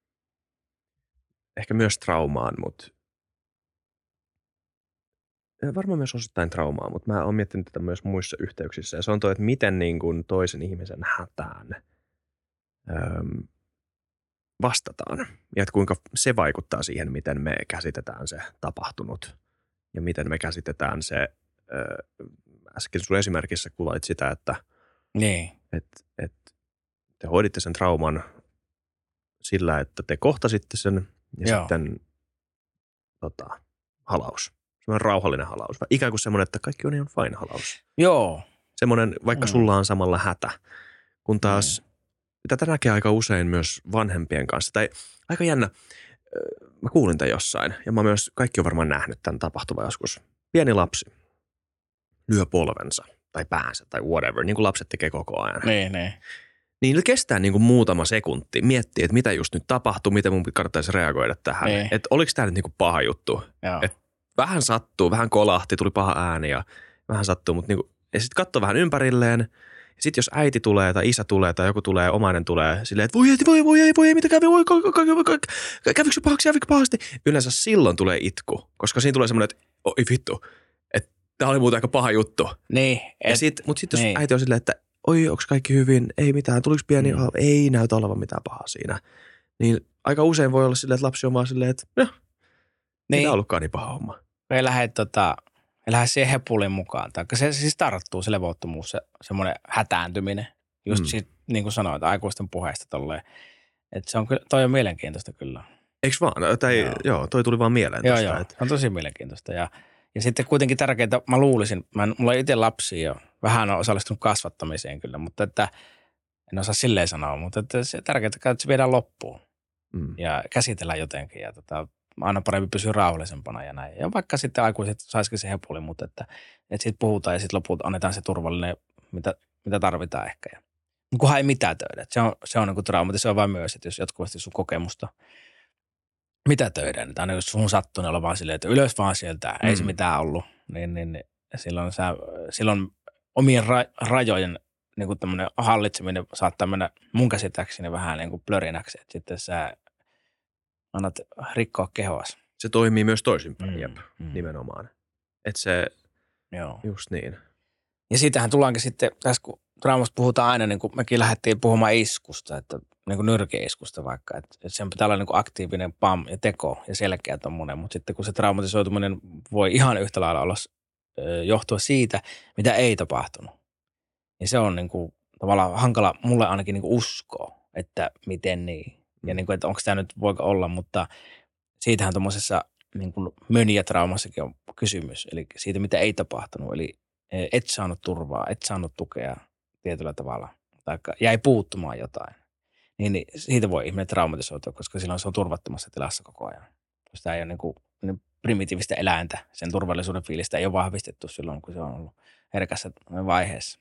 ehkä myös traumaan, mutta varmaan myös osittain traumaa, mutta mä oon miettinyt tätä myös muissa yhteyksissä. Ja se on tuo, että miten niin kuin toisen ihmisen hätään vastataan. Ja että kuinka se vaikuttaa siihen, miten me käsitetään se tapahtunut. Ja miten me käsitetään se, äsken sun esimerkissä kuvait sitä, että niin. te hoiditte sen trauman sillä, että te kohtasitte sen ja sitten halaus. Semmoinen rauhallinen halaus. Ikään kuin semmoinen, että kaikki on ihan fine halaus. Joo. Semmoinen, vaikka sulla on samalla hätä. Kun taas, tätä näkee aika usein myös vanhempien kanssa. Tai aika jännä, mä kuulin tämän jossain. Ja mä myös, kaikki on varmaan nähnyt tämän tapahtuvan joskus. Pieni lapsi lyö polvensa tai päänsä tai whatever, niin kuin lapset tekee koko ajan. Niin. Niin nyt kestää niin kuin muutama sekunti miettiä, että mitä just nyt tapahtuu, miten mun kannattaisi reagoida tähän. Niin. Että oliko tämä nyt niin kuin paha juttu. Et vähän sattuu, vähän kolahti, tuli paha ääni ja vähän sattuu, mutta niin kuin, ja sitten katsoo vähän ympärilleen. Ja sitten jos äiti tulee tai isä tulee tai joku tulee, omainen tulee silleen, että voi ei, mitä kävi, kävikö pahasti. Yleensä silloin tulee itku, koska siinä tulee semmoinen, että oi vittu, että tämä oli muuten aika paha juttu. Niin. Mutta sitten jos äiti on silleen, että oi, onko kaikki hyvin, ei mitään, tuliko pieni, ei näytä olevan mitään pahaa siinä. Niin aika usein voi olla silleen, että lapsi on vaan silleen, että ei ollutkaan niin paha homma. Ei lähde siihen hepulin mukaan. Tai se siis tarttuu se levottomuus, semmoinen hätääntyminen. Just siitä, niin kuin sanoit, aikuisten puheesta tolleen. Että se on kyllä, toi on mielenkiintoista kyllä. Eikö vaan? Joo, toi tuli vaan mieleen joo, tosta. Joo, on tosi mielenkiintoista. Ja sitten kuitenkin tärkeintä, mä luulisin, mulla on itse lapsia jo, vähän on osallistunut kasvattamiseen kyllä, mutta että en osaa silleen sanoa, mutta että se tärkeintä, että se viedään loppuun ja käsitellään jotenkin ja aina parempi pysyä rauhallisempana ja näin. Ja vaikka sitten aikuiset saisikin se hepuli, mutta että siitä puhutaan ja sitten lopulta annetaan se turvallinen, mitä tarvitaan ehkä. Ja kunhan ei mitätöidä. Se on niin kuin traumatisoivaa myös, että jos jatkuvasti sun kokemusta mitätöidään, niin aina jos sun sattuu, niin olla vaan silleen, että ylös vaan sieltä, ei se mitään ollut, niin silloin omien rajojen niin kuin tämmöinen hallitseminen saattaa mennä mun käsittääkseni vähän niin kuin plörinäksi, että sitten sä annat rikkoa kehoas. Se toimii myös toisinpäin, nimenomaan. Että se, just niin. Ja siitähän tullaankin sitten, tässä kun traumasta puhutaan aina, niin kuin mekin lähdettiin puhumaan iskusta, että niin kuin nyrkeiskusta vaikka, että sen pitää olla niin kuin aktiivinen pam ja teko ja selkeä tommoinen, mutta sitten kun se traumatisoituminen voi ihan yhtä lailla olla, johtua siitä, mitä ei tapahtunut. Ja se on niin kuin tavallaan hankala mulle ainakin niin kuin uskoa, että miten niin. Ja niin kuin, että onko tämä nyt, voiko olla, mutta siitähän tuommoisessa niin kuin mönjätraumassakin on kysymys. Eli siitä, mitä ei tapahtunut. Eli et saanut turvaa, et saanut tukea tietyllä tavalla. Tai jäi puuttumaan jotain. Niin siitä voi ihminen traumatisoitua, koska silloin se on turvattomassa tilassa koko ajan. Jos tämä ei ole niin primitiivistä eläintä, sen turvallisuuden fiilistä ei ole vahvistettu silloin, kun se on ollut herkässä vaiheessa.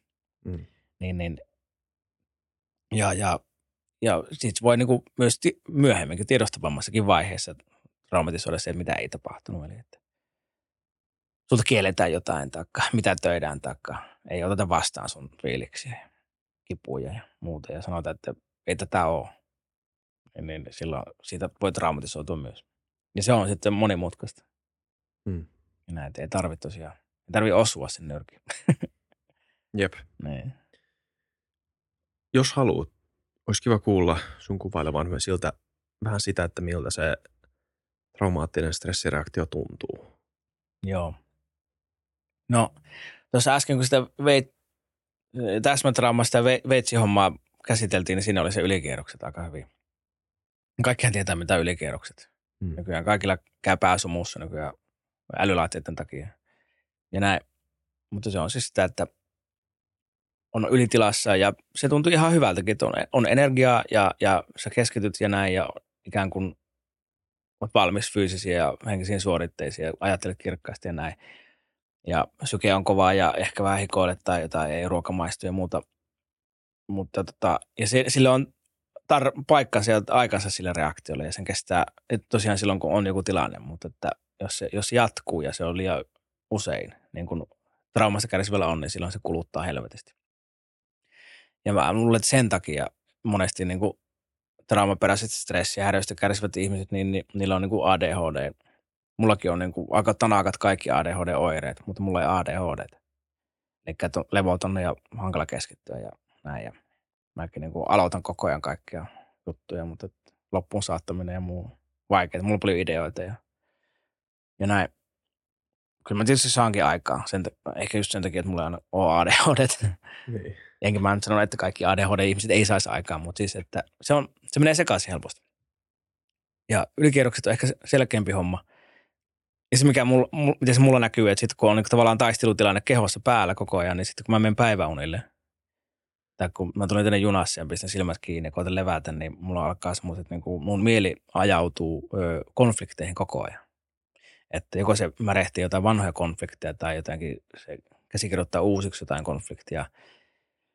Ja sitten voi niinku myös myöhemminkin tiedostavammassakin vaiheessa traumatisoida se, mitä ei tapahtunut. Eli että sulta kielletään jotain taikka mitätöidään taikka ei oteta vastaan sun fiiliksiä ja kipuja ja muuta. Ja sanotaan, että ei tätä ole. Niin silloin siitä voi traumatisoitua myös. Ja se on sitten monimutkaista. Ja näitä ei tarvitse tosiaan. Ei tarvitse osua sen nyrkin. Jep. Niin. Jos haluat, olisi kiva kuulla sun kuvailevan myös vähän sitä, että miltä se traumaattinen stressireaktio tuntuu. Joo. No, tuossa äsken kun sitä täsmätraumasta ja veitsihommaa käsiteltiin, niin siinä oli se ylikierrokset aika hyvin. Kaikkihan tietää, mitä ylikierrokset. Nykyään kaikilla käy pääsumuussa nykyään älylaitteiden takia. Ja näin. Mutta se on siis sitä, että on ylitilassa ja se tuntuu ihan hyvältäkin, että on energiaa ja sä keskityt ja näin ja ikään kuin olet valmis fyysisiin ja henkisiin suoritteisiin ja ajattelet kirkkaasti ja näin. Ja syke on kovaa ja ehkä vähän hikoilet tai jotain, ei ruoka maistu ja muuta. Mutta ja sille on paikkansa ja aikansa sille reaktiolle ja sen kestää tosiaan silloin, kun on joku tilanne. Mutta että jos se jatkuu ja se on liian usein, niin kuin traumasta kärsivällä on, niin silloin se kuluttaa helvetisti. Ja mä luulen, että sen takia monesti niin kuin traumaperäiset stressiä ja häiriöistä kärsivät ihmiset, niin niillä on niin kuin ADHD. Mullakin on niin kuin aika tanakat kaikki ADHD-oireet, mutta mulla ei ADHD. Eli levoton ja hankala keskittyä ja näin. Ja mäkin niin kuin aloitan koko ajan kaikkia juttuja, mutta loppuun saattaminen ja muu vaikeaa. Mulla on paljon ideoita ja näin. Kyllä mä tietysti saankin aikaa. Ehkä just sen takia, että mulla on ADHD. Niin. Enkä mä nyt sano, että kaikki ADHD-ihmiset ei saisi aikaa, mutta siis, että se menee sekaisin helposti. Ja ylikierrokset on ehkä selkeämpi homma. Ja se, miten se mulla näkyy, että sitten kun on niin tavallaan taistelutilanne kehossa päällä koko ajan, niin sitten kun mä menen päiväunille, tai kun mä tulin tänne junassa ja pistän silmät kiinni ja koitan levätä, niin mulla alkaa semmoiset, niin kuin mun mieli ajautuu konflikteihin koko ajan. Että joko se märehtii jotain vanhoja konflikteja tai jotenkin se käsikirjoittaa uusiksi jotain konfliktia.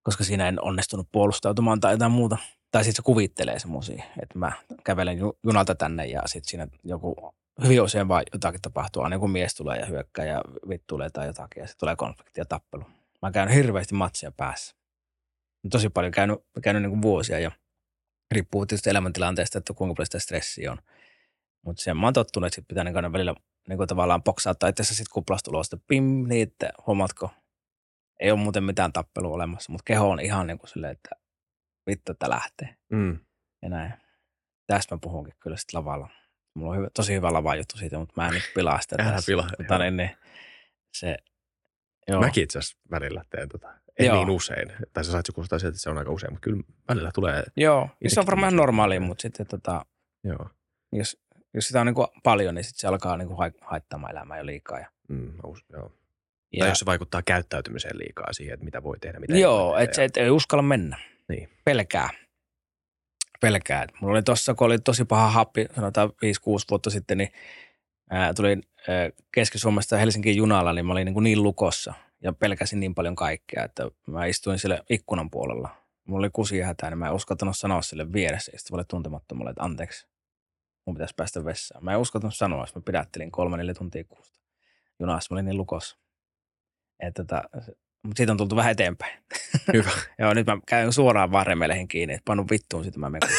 koska siinä en onnistunut puolustautumaan tai jotain muuta. Tai sitten se kuvittelee semmoisia, että mä kävelen junalta tänne ja sitten siinä joku hyvin usein vaan jotakin tapahtuu. Aina joku mies tulee ja hyökkää ja vittuilee tai jotakin ja sitten tulee konflikti ja tappelu. Mä oon käynyt hirveästi matseja päässä. Tosi paljon käynyt niin kuin vuosia jo. Riippuu tietysti elämäntilanteesta, että kuinka paljon sitä stressiä on. Mutta mä oon tottunut, että sit pitää niin välillä niin tavallaan poksauttaa itse asiassa sitten kuplasta ulos, että pim, niin että huomaatko, ei ole muuten mitään tappelua olemassa, mutta keho on ihan niin kuin silleen, että vittu, että lähtee. Ja näin. Tästä mä puhunkin kyllä sitten lavalla. Mulla on tosi hyvä lavajuttu siitä, mutta mä en nyt pilaa sitä tässä. Pilaa. Niin, se, joo. Mäkin itse asiassa välillä teen En niin usein. Tai sä saat joku sieltä, että se on aika usein, mutta kyllä välillä tulee. Joo, se on varmaan normaalia, mutta sitten joo. Jos sitä on niin kuin paljon, niin sitten se alkaa niin kuin haittaamaan elämää jo liikaa. Joo. Tai jos se vaikuttaa käyttäytymiseen liikaa siihen, että mitä voi tehdä, mitä joo, että se ei uskalla mennä. Niin. Pelkää. Mulla oli tuossa, kun oli tosi paha happi, sanotaan 5-6 vuotta sitten, niin tulin Keski-Suomesta Helsingin junalla, niin mä olin niin lukossa ja pelkäsin niin paljon kaikkea, että mä istuin siellä ikkunan puolella. Mulla oli kusia hätää, niin mä en uskaltanut sanoa sille vieressä ja sitten mulle että anteeksi, mun pitäisi päästä vessaan. Mä en uskaltanut sanoa, jos mä pidättelin 3-4 tuntia kuusta junassa. Mä olin niin lukossa. Mutta siitä on tultu vähän eteenpäin. Hyvä. Joo, nyt mä käyn suoraan varremeleihin kiinni, että pannut vittuun, sitten mä menen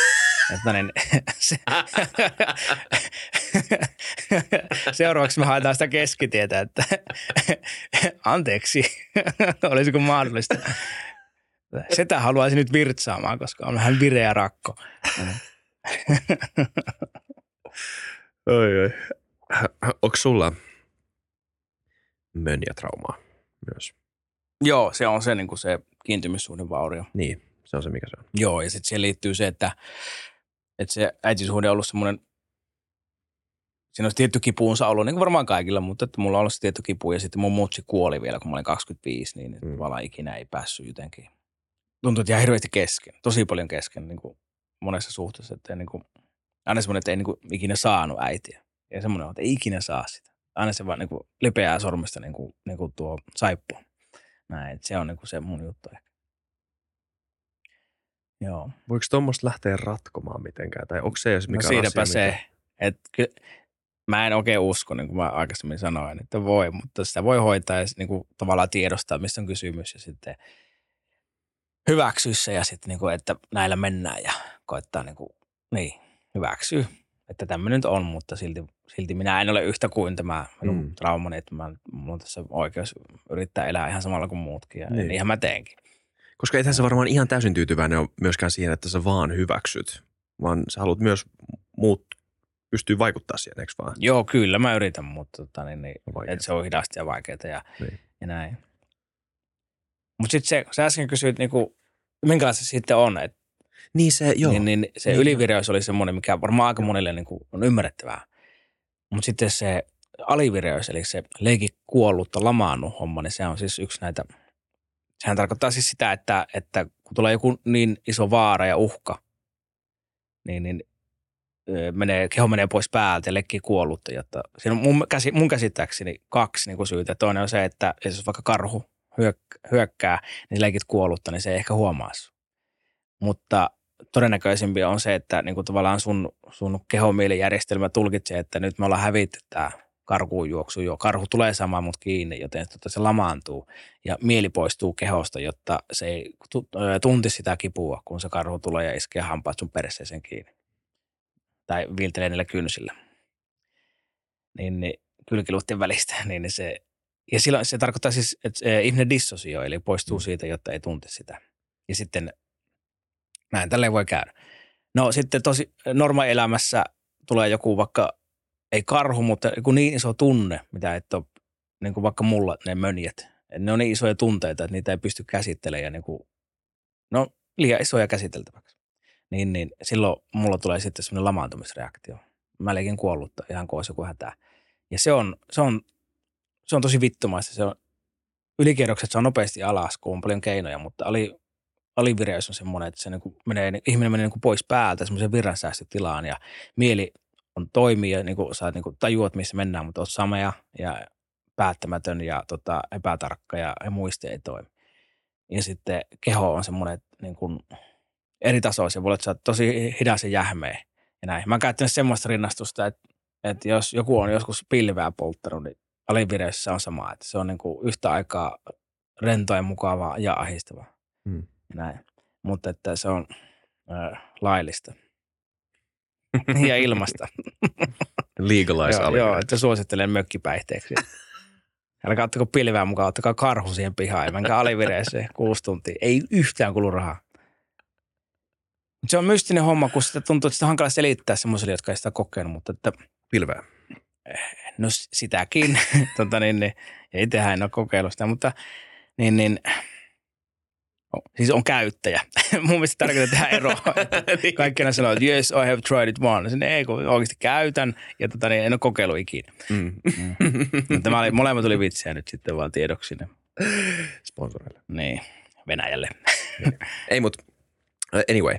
seuraavaksi me haetaan sitä keskitietä, että anteeksi, olisiko mahdollista. Sitä haluaisin nyt virtsaamaan, koska on vähän vireä rakko. Oi. Onko sulla mönjätraumaa myös? Joo, se on se, niin kuin se kiintymyssuhden vaurio. Niin, se on se, mikä se on. Joo, ja sitten siihen liittyy se, että se äitisuhde on ollut semmoinen, siinä olisi tietty kipuunsa ollut, niin kuin varmaan kaikilla, mutta että mulla on ollut se tietty kipu, ja sitten mun mutsi kuoli vielä, kun mä olin 25, niin tavallaan ikinä ei päässyt jotenkin. Tuntuu, että ihan hirveästi kesken, tosi paljon kesken niin kuin monessa suhteessa, että niin kuin, aina semmoinen, että ei niin kuin ikinä saanut äitiä, ja semmoinen, että ei ikinä saa sitä. Aina se vaan niin kuin lepeää sormesta niin kuin tuo saippua. Näin, se on niin kuin se mun juttu ehkä. Joo. Voiko tuommoista lähteä ratkomaan mitenkään? Tai onko se, jos mikä siinäpä asia, se, että mä en oikein usko, niin kuin mä aikaisemmin sanoin, että voi, mutta sitä voi hoitaa ja niin kuin tavallaan tiedostaa, mistä on kysymys ja sitten hyväksyä se ja sitten, niin kuin, että näillä mennään ja koittaa hyväksyä, että tämmöinen nyt on, mutta silti minä en ole yhtä kuin tämä minun traumani, että mulla on tässä oikeus yrittää elää ihan samalla kuin muutkin ja niinhän mä teenkin. Koska ethän sä varmaan ihan täysin tyytyväinen ole myöskään siihen, että sä vaan hyväksyt, vaan sä haluat myös muut pystyy vaikuttaa siihen, eikö vaan? Joo, kyllä mä yritän, mutta että se on hidasta ja vaikeaa ja näin. Mutta sitten sä äsken kysyit, minkälaista se sitten on. Niin se, joo. Niin se ylivireys oli semmoinen, mikä varmaan aika monille on ymmärrettävää. Mutta sitten se alivireys, eli se leikki kuollutta lamaannut homma, niin se on siis yksi näitä. Sehän tarkoittaa siis sitä, että kun tulee joku niin iso vaara ja uhka, niin keho menee pois päältä ja lekkii kuollutta. Jotta siinä on mun käsittääkseni 2 syytä. Toinen on se, että jos vaikka karhu hyökkää, niin leikit kuollutta, niin se ei ehkä huomaa sinua. Mutta todennäköisempi on se, että tavallaan sun kehomielijärjestelmä tulkitsee, että nyt me ollaan hävitty tämä karkuun juoksu jo. Karhu tulee saamaan mut kiinni, joten se lamaantuu ja mieli poistuu kehosta, jotta se ei tuntisi sitä kipua, kun se karhu tulee ja iskee hampaat sun perseeseen kiinni. Tai viiltelee niillä kynsillä. Niin kylkiluiden välistä. Ja silloin se tarkoittaa siis, että ihminen dissosioi, eli poistuu siitä, jotta ei tunte sitä. Ja sitten näin tälleen voi käydä. No sitten tosi normaalielämässä tulee joku vaikka, ei karhu, mutta joku niin iso tunne, mitä et ole, niin kuin vaikka mulla ne mönjät. Ne on niin isoja tunteita, että niitä ei pysty käsittelemään liian isoja käsiteltäväksi. Niin silloin mulla tulee sitten semmoinen lamaantumisreaktio. Mä leikin kuollutta ihan kuin olisi joku hätää. Ja se on tosi vittumaista. Se on, ylikierrokset saa nopeasti alas, kun on paljon keinoja, mutta alivireys on semmoinen, että se ihminen menee pois päältä semmoisen virransäästötilaan ja mieli on toimii ja sä tajuat, missä mennään, mutta oot samea ja päättämätön ja epätarkka ja muisti ei toimi. Ja sitten keho on semmoinen niin kuin eri tasoisia. Voi olla, että sä oot tosi hidas ja jähmeä ja näin. Mä oon käyttänyt semmoista rinnastusta, että jos joku on joskus pilveä polttanut, niin alivireessä on sama. Että se on niin kuin yhtä aikaa rentoa ja mukavaa ja ahdistavaa. Ja näin. Mutta että se on laillista. Ja ilmasta. Legalize joo, että suosittelen mökkipäihteeksi. Älkää ottako pilveä mukaan, ottakaa karhu siihen pihaan ja menkää alivireeseen 6 tuntia. Ei yhtään kulu rahaa. Se on mystinen homma, kun sitä tuntuu, että sitä on hankala selittää semmoisille, jotka ei sitä kokenut, mutta että... Pilveä. No sitäkin. Ja itsehän en ole kokeillut sitä, mutta siis on käyttäjä. Mun mielestä tärkeää tehdä eroa. Kaikki aina sanoo, että yes, I have tried it once. Sinne ei, kun oikeasti käytän ja en ole kokeillut ikinä. Tämä molemmat tuli vitsiä nyt sitten vaan tiedoksi. Sponsoreille. Niin, Venäjälle. Ei, mutta anyway.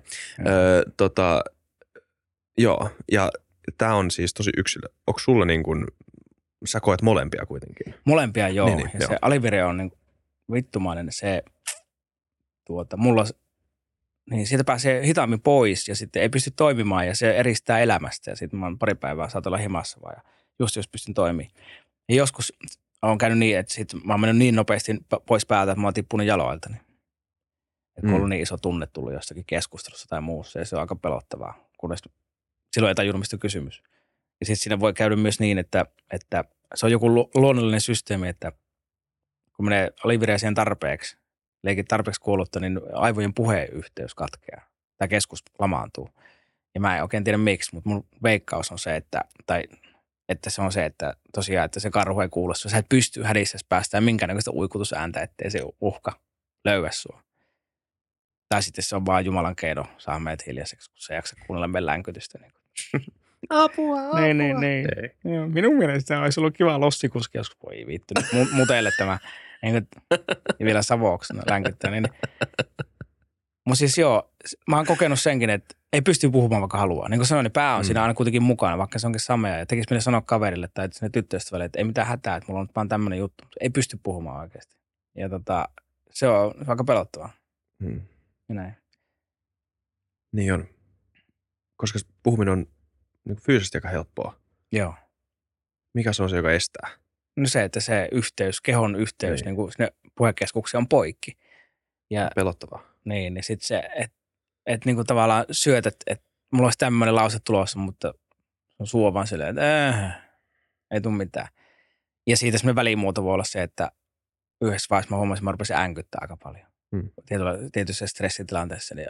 Joo, ja tämä on siis tosi yksilö. Onko sulla niin kuin, sä koet molempia kuitenkin? Molempia joo. Niin, ja se alivire on niin vittumainen se... mulla, niin siitä pääsee hitaammin pois ja sitten ei pysty toimimaan ja se eristää elämästä ja sitten mä oon pari päivää saat olla himassa vaan ja just jos pystyn toimimaan. Ja joskus on käynyt niin, että sit mä oon mennyt niin nopeasti pois päältä, että mä oon tippunut jaloiltani. Että on ollut niin iso tunne tullut jostakin keskustelussa tai muussa ja se on aika pelottavaa, kunnes silloin ei tajunnut mistä kysymys. Ja sitten siinä voi käydä myös niin, että se on joku luonnollinen systeemi, että kun menee alivireeseen tarpeeksi, leikin tarpeeksi kuollutta, niin aivojen puheyhteys katkeaa. Tämä keskus lamaantuu. Ja mä en oikein tiedä miksi, mutta mun veikkaus on se, että se on se, että tosiaan, että se karhu ei kuulu sua. Sä et pysty hädissä päästään minkäännäköistä uikutusääntä, ettei se uhka löyä sua. Tai sitten se on vaan Jumalan keino saa meidät hiljaiseksi, kun se ei jaksa kuunnella meidän länkytystä. Apua. Niin. Joo, minun mielestä olisi ollut kiva lossikuski, jos voi vittu nyt muteille tämä. Ja vielä savoksena länkyttää. Niin. Mutta siis joo, mä oon kokenut senkin, että ei pysty puhumaan vaikka haluaa. Niin kuin sanoin, niin pää on siinä aina kuitenkin mukana, vaikka se onkin samea. Ja tekisi meille sanoa kaverille tai sinne tyttöystävälle, että ei mitään hätää, että mulla on nyt vaan tämmöinen juttu. Ei pysty puhumaan oikeasti. Ja se on aika pelottavaa. Ja näin. Niin on. Koska puhuminen on niin fyysisesti aika helppoa. Joo. Mikä se on se, joka estää? No se, että se yhteys, kehon yhteys niin kuin sinne puhekeskukseen on poikki. Ja pelottavaa. Niin sitten se, että niin kuin tavallaan syötät, että mulla olisi tämmöinen lause tulossa, mutta on suu vaan silleen, että ei tule mitään. Ja siitä semmoinen välimuoto voi olla se, että yhdessä vaiheessa mä huomasin, että mä rupesin änkyttää aika paljon. Tietyssä stressitilanteessa, niin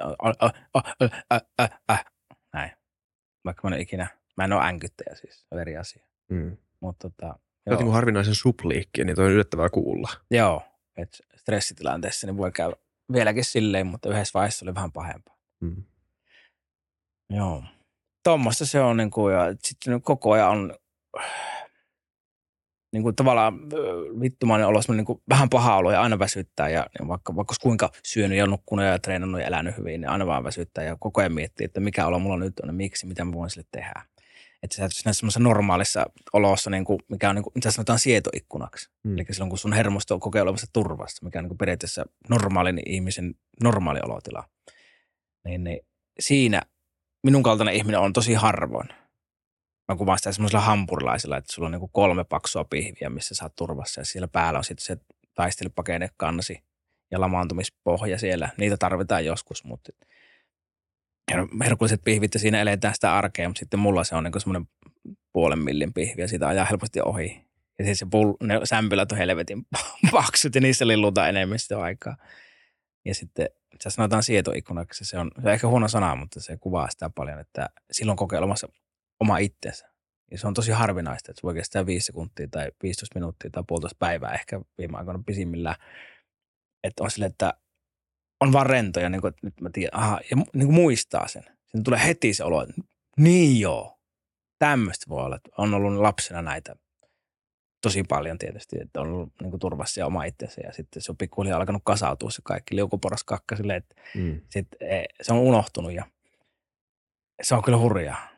näin. Vaikka mä en ole änkyttäjä siis, on eri asia. Mutta se on niin harvinaisen supliikki, niin toi on yllättävää kuulla. Joo, että stressitilanteessa niin voi käydä vieläkin silleen, mutta yhdessä vaiheessa oli vähän pahempaa. Joo. Tuommoista se on, niin kuin, ja sitten koko ajan on niin kuin tavallaan vittumainen olo, niin kuin vähän paha olo ja aina väsyttää. Ja vaikka kuinka syönyt ja nukkunut ja treenannut ja elänyt hyvin, niin aina vaan väsyttää ja koko ajan miettii, että mikä olo mulla nyt on ja miksi, mitä mä voin sille tehdä. Että sä semmoisessa normaalissa olossa, niin kuin, mikä on, niin kuin, mitä sanotaan sietoikkunaksi. Eli silloin, kun sun hermosto kokee olevassa turvassa, mikä on niin kuin periaatteessa normaalin ihmisen normaali olotila. Niin siinä minun kaltainen ihminen on tosi harvoin. Mä kuvaan sitä semmoisella hampurilaisella, että sulla on niin kuin 3 paksua pihviä, missä sä oot turvassa. Ja siellä päällä on sitten se taistelupakene kansi ja lamaantumispohja siellä. Niitä tarvitaan joskus, mutta herkulliset pihvit ja siinä eletään sitä arkea, mutta sitten mulla se on niin semmoinen 0,5 millin pihvi ja siitä ajaa helposti ohi. Ja sitten ne sämpylät on helvetin paksut ja niissä lillutaan enemmistö aikaa. Ja sitten se sanotaan sietoikkunaksi. Se on ehkä huono sana, mutta se kuvaa sitä paljon, että silloin kokee olemassa oma itsensä. Ja se on tosi harvinaista, että se voi kestää 5 sekuntia tai 15 minuuttia tai 1,5 päivää ehkä viime aikoina pisimmillään. Että on silleen, että on vaan rento ja niin kuin, että nyt mä tiedän, ja niin kuin muistaa sen. Siinä tulee heti se olo, että niin joo, tämmöistä voi olla. On ollut lapsena näitä tosi paljon tietysti, että on ollut niin kuin turvassa ja oma itsensä ja sitten se on pikkuhiljaa alkanut kasautua se kaikki liukuporraskakka silleen, että se on unohtunut ja se on kyllä hurjaa.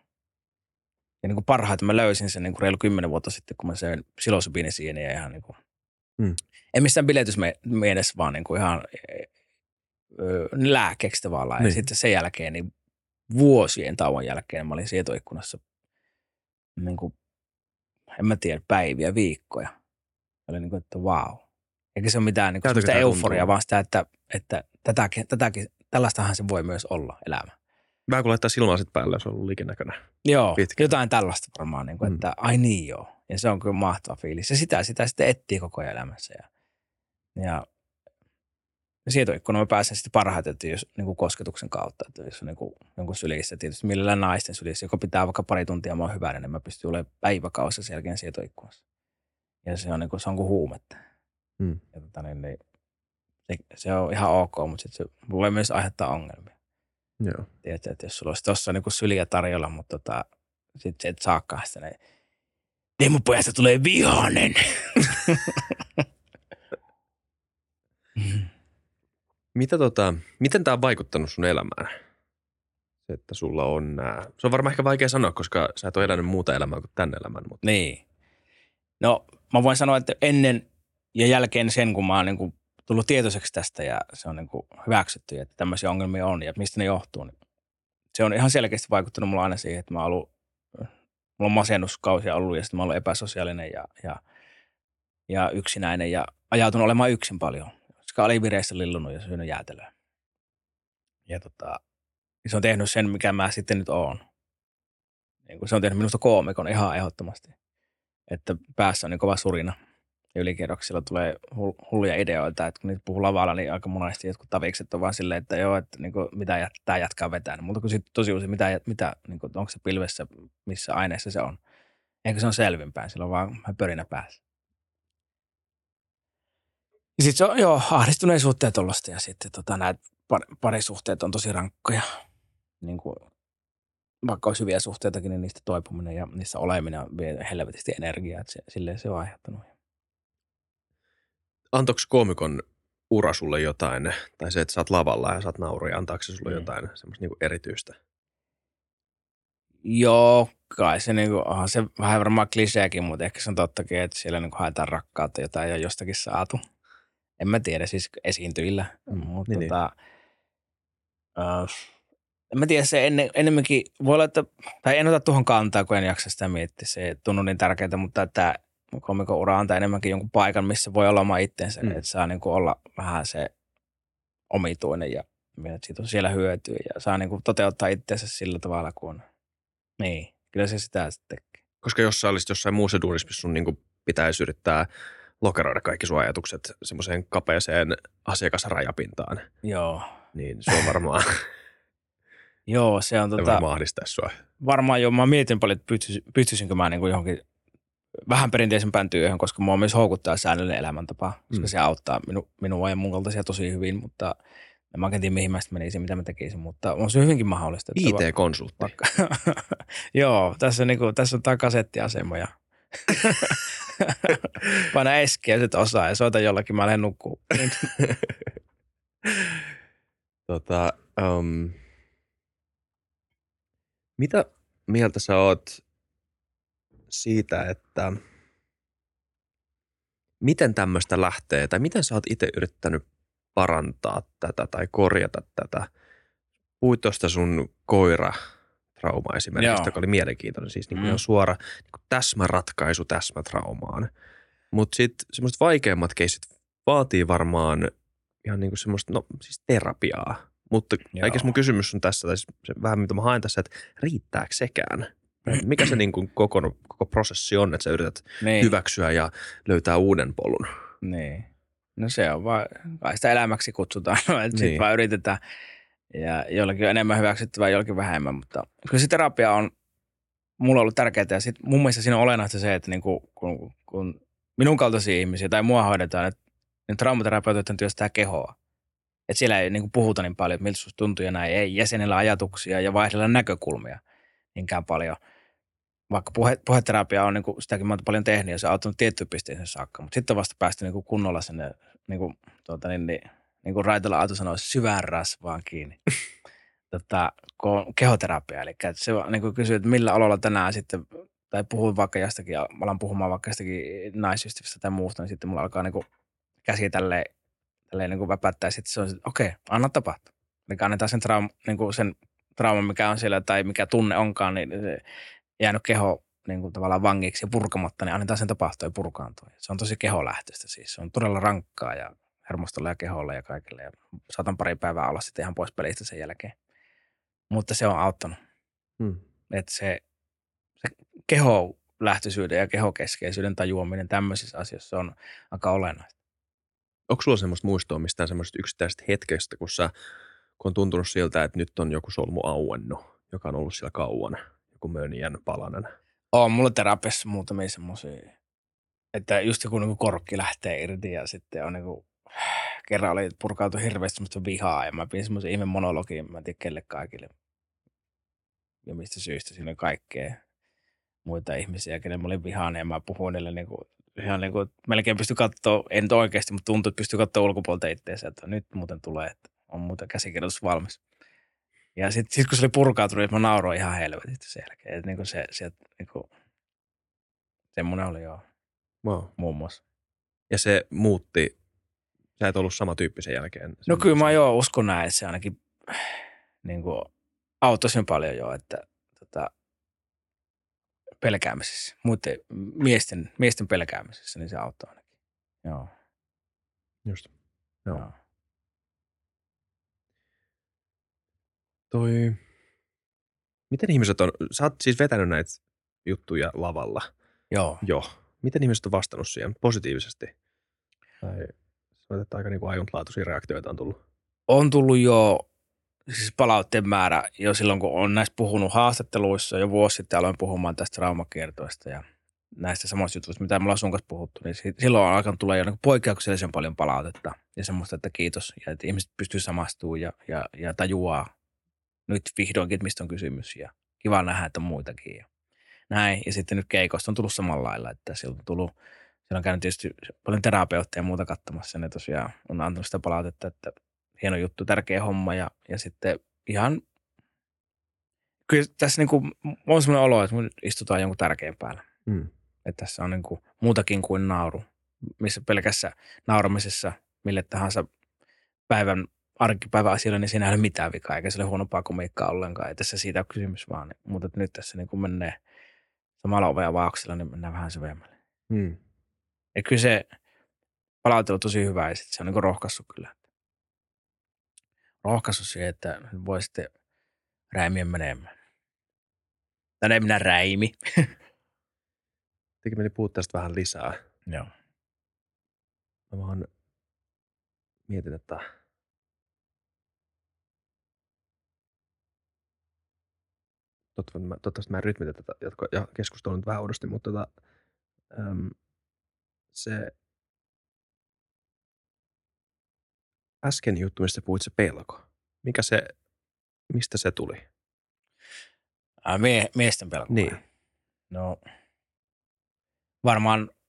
Ja niin kuin parhaiten mä löysin sen niin kuin reilu 10 vuotta sitten, kun mä söin psilosybinisieniä ihan niin kuin Ei missään biletysmielessä, vaan niin kuin ihan lääkkeeksi tavallaan. Ja sitten sen jälkeen, niin vuosien tauon jälkeen mä olin sietoikkunassa niin kuin, en mä tiedä, päiviä, viikkoja. Oli niin kuin, että vau. Eikä se ole mitään niin kuin sitä euforiaa, vaan sitä, että tällaistahan se voi myös olla elämä. Vähän kun laittaa silmälasit päälle, jos on ollut liikenäköinen. Joo, pitkään. Jotain tällaista varmaan, niin kuin, että ai niin joo. Ja se on kyllä mahtava fiilis. Ja sitä sitten etsii koko ajan elämässä. Ja sietoikkuna mä pääsen sitten parhaiten, että jos niin kuin kosketuksen kautta, että jos on niin kuin, jonkun sylissä, tietysti millään naisten sylissä, joka pitää vaikka pari tuntia mua hyvänä, niin mä pystyn olemaan päiväkausia sen jälkeen sietoikkunassa. Ja se on, niin kuin, se on kuin huumetta. Ja se on ihan ok, mutta sitten se voi myös aiheuttaa ongelmia. Joo. Tiedätkö, että jos sulla olisi tuossa niin kuin syliä tarjolla, mutta sitten se et saakaan sitä näin. Teemu pojasta tulee vihainen. Miten tämä on vaikuttanut sun elämään? Se, että sulla on nämä. Se on varmaan ehkä vaikea sanoa, koska sä et ole elänyt muuta elämää kuin tämän elämän. Mutta. Niin. No mä voin sanoa, että ennen ja jälkeen sen, kun mä oon niin kuin tullut tietoiseksi tästä ja se on niin kuin hyväksytty, että tämmöisiä ongelmia on ja mistä ne johtuu, niin se on ihan selkeästi vaikuttanut mulla aina siihen, että mulla on masennuskausia ollut ja sitten mä oon ollut epäsosiaalinen ja yksinäinen ja ajautunut olemaan yksin paljon. Koska alivireissä lillunut ja syönyt jäätelöä. Ja se on tehnyt sen, mikä mä sitten nyt oon. Niin se on tehnyt minusta koomikon ihan ehdottomasti. Että päässä on niin kova surina. Ja ylikierroksilla tulee hulluja ideoita, että kun niitä puhuu lavalla, niin aika monesti jotkut tavikset on vaan silleen, että joo, että niin kuin, mitä tämä jatkaa vetää. Mutta kun sitten tosi usein, mitä niin kuin, onko se pilvessä, missä aineessa se on. Eikö se on selvinpäin, sillä on vaan pörinä päässä. Ja sitten se on ahdistuneisuutta ja tollaista ja sitten näitä parisuhteet on tosi rankkoja. Niin kuin, vaikka olisi hyviä suhteitakin, niin niistä toipuminen ja niissä oleminen vie helvetisti energiaa. Että silleen se on aiheuttanut. Antoiko koomikon ura sulle jotain, tai se, että sä oot lavalla ja saat nauria, antaako se sulle jotain semmoista niinku erityistä? Joo, kai se, niinku, se vähän varmaan kliseekin, mutta ehkä se on tottakin, että siellä niinku haetaan rakkautta, jota ei ole jostakin saatu. En mä tiedä, siis esiintyjillä. Mutta niin. En mä tiedä, se enemmänkin voi olla, että, tai en ota tuohon kantaa, kun en jaksa sitä miettiä. Se ei tunnu niin tärkeää, mutta tämä komikon ura antaa enemmänkin jonkun paikan, missä voi olla oma itsensä. Että saa niinku olla vähän se omituinen ja siitä on siellä hyötyä ja saa niinku toteuttaa itsensä sillä tavalla, kun on. Niin, kyllä se sitä sitten tekee. Koska jos sä olisit jossain muussa duunissa, missä sun niinku pitäisi yrittää lokeroida kaikki sun ajatukset semmoiseen kapeeseen asiakasrajapintaan. Joo. Niin se on varmaan. Joo, se on varmaan ahdistaisi sua. Varmaan joo, mä mietin paljon, että pystyisinkö mä niinku johonkin vähän perinteisempään työhön, koska mua myös houkuttaa säännöllinen elämäntapa, koska se auttaa minua ja mun kaltaisia tosi hyvin, mutta en mä oikein tiedä, mihin mä sitten menisin, mitä mä tekisin, mutta on se hyvinkin mahdollista. IT-konsultti. Joo, tässä on tää kasettiasema ja paina eskiä sit osaa ja soita jollakin, mä lähden nukkuu. Mitä mieltä sä oot siitä, että miten tämmöistä lähtee, tai miten sä oot itse yrittänyt parantaa tätä tai korjata tätä? Puhuit tuosta sun koiratrauma esimerkiksi, joka oli mielenkiintoinen, siis niin ihan suora niin täsmäratkaisu täsmätraumaan. Mutta sitten semmoiset vaikeimmat keisit vaatii varmaan ihan niin kuin semmoista, siis terapiaa. Mutta oikeasti mun kysymys on tässä, tai se vähän mitä mä haen tässä, että riittääkö sekään? Mikä se niin kuin koko prosessi on, että sä yrität hyväksyä ja löytää uuden polun? Niin. No se on vaan, kai sitä elämäksi kutsutaan, että sitten vaan yritetään. Ja jollakin on enemmän hyväksyttävää, jollakin vähemmän, mutta kyllä se terapia on mulla ollut tärkeää. Ja sitten mun mielestä siinä on olennaista se, että niinku, kun minun kaltaisia ihmisiä tai mua hoidetaan, että traumaterapeutit työstää kehoa. Että siellä ei niinku puhuta niin paljon, että miltä susta tuntuu ja näin. Ei jäsenellä ajatuksia ja vaihdella näkökulmia niinkään paljon. Vaikka puheterapia on, niinku, sitäkin mä oon paljon tehnyt ja se on auttanut tiettyyn pisteeseen saakka. Mutta sitten vasta päästy niinku kunnolla sinne, niin kuin Raitola Aatu sanoi, syvään rasvaan kiinni. Kehoterapia, eli se niin kysyy, että millä aloilla tänään sitten tai puhun vaikka jostakin, ja mä alan puhumaan vaikka jostakin naisystävistä tai muusta, niin sitten mulla alkaa niinku käsi tälleen niinku väpättää, sitten se on, että okei, anna tapahtua. Eli annetaan sen trauman, mikä on siellä tai mikä tunne onkaan, niin se jäänyt keho niinku tavallaan vangiksi ja purkamatta, niin annetaan sen tapahtua ja purkaantua. Se on tosi keholähtöistä siis. Se on todella rankkaa ja hermostolla ja keholla ja kaikille. Ja saatan pari päivää olla sitten ihan pois pelistä sen jälkeen. Mutta se on auttanut. Että se keholähtöisyyden ja kehokeskeisyyden tajuaminen tämmöisissä asioissa on aika olennaista. Onko sulla semmoista muistoa mistään semmoisesta yksittäisestä hetkestä, kun on tuntunut siltä, että nyt on joku solmu auennut, joka on ollut siellä kauan, joku mönjän palanen? On mulla terapiassa muutamia semmoisia, että just joku niin korkki lähtee irti ja sitten on niin kerran oli purkautu hirveästi semmoista vihaa ja mä pidin semmoisen ihme monologin, mä en tiedä kelle kaikille ja mistä syystä siinä on kaikkea muita ihmisiä, kenen mä olin vihainen ja mä puhuin niille ihan melkein pystyi katsoa, en nyt oikeasti, mutta tuntui, että pystyi katsoa ulkopuolelta itseensä, että nyt muuten tulee, että on muuten käsikirjoitus valmis. Ja sitten kun se oli purkautunut, että mä nauroin ihan helvetistä sen jälkeen, että semmoinen oli joo, muun muassa. Ja se muutti, sä et ollut sama tyyppi sen jälkeen? No kyllä mä uskon näin, että se ainakin auttoi sen paljon jo, että pelkäämisessä, muiden miesten pelkäämisessä, niin se auttaa ainakin. Joo. Just. Joo. Joo. Miten ihmiset on, sä oot siis vetänyt näitä juttuja lavalla. Joo. Miten ihmiset on vastannut siihen positiivisesti? Tai sanoit, että aika ainutlaatuisia reaktioita on tullut. On tullut jo siis palautteen määrä jo silloin, kun on näistä puhunut haastatteluissa. Jo vuosi sitten aloin puhumaan tästä traumakiertoista ja näistä samoista jutuista, mitä me ollaan sun kanssa puhuttu. Niin silloin on alkanut tulla jo poikkeuksellisen paljon palautetta ja semmoista, että kiitos. Ja että ihmiset pystyy samastumaan ja tajuaa nyt vihdoinkin, että mistä on kysymys. Ja kiva nähdä, että on muitakin. Ja näin. Ja sitten nyt keikosta on tullut samalla lailla, että siellä on käynyt tietysti paljon terapeutteja ja muuta katsomassa. Ne tosiaan on antanut sitä palautetta, että hieno juttu, tärkeä homma ja sitten ihan, kyllä tässä on sellainen olo, että me istutaan jonkun tärkeän päällä. Että tässä on muutakin kuin nauru, missä pelkässä nauramisessa mille tahansa arkipäivän asioilla, niin siinä ei ole mitään vikaa, eikä se ole huonompaa komiikkaa ollenkaan. Ei tässä siitä ole kysymys vaan, mutta nyt tässä menee samalla ovea vauksella, niin mennään vähän syvemmälle. Ja kyllä se palaute on tosi hyvä ja sitten se on rohkaissut kyllä. Rohkaisu siihen, että voi sitten räimiä menemään. Tai ei minä räimi. Tietenkin meni puhua tästä vähän lisää. Joo. Mä vaan mietin, että toivottavasti mä en rytmitä tätä ja keskustelun nyt vähän oudosti, mutta se äsken juttu, mistä puhuit, se pelko. Mistä se tuli? Miesten pelko. Niin. No varmaan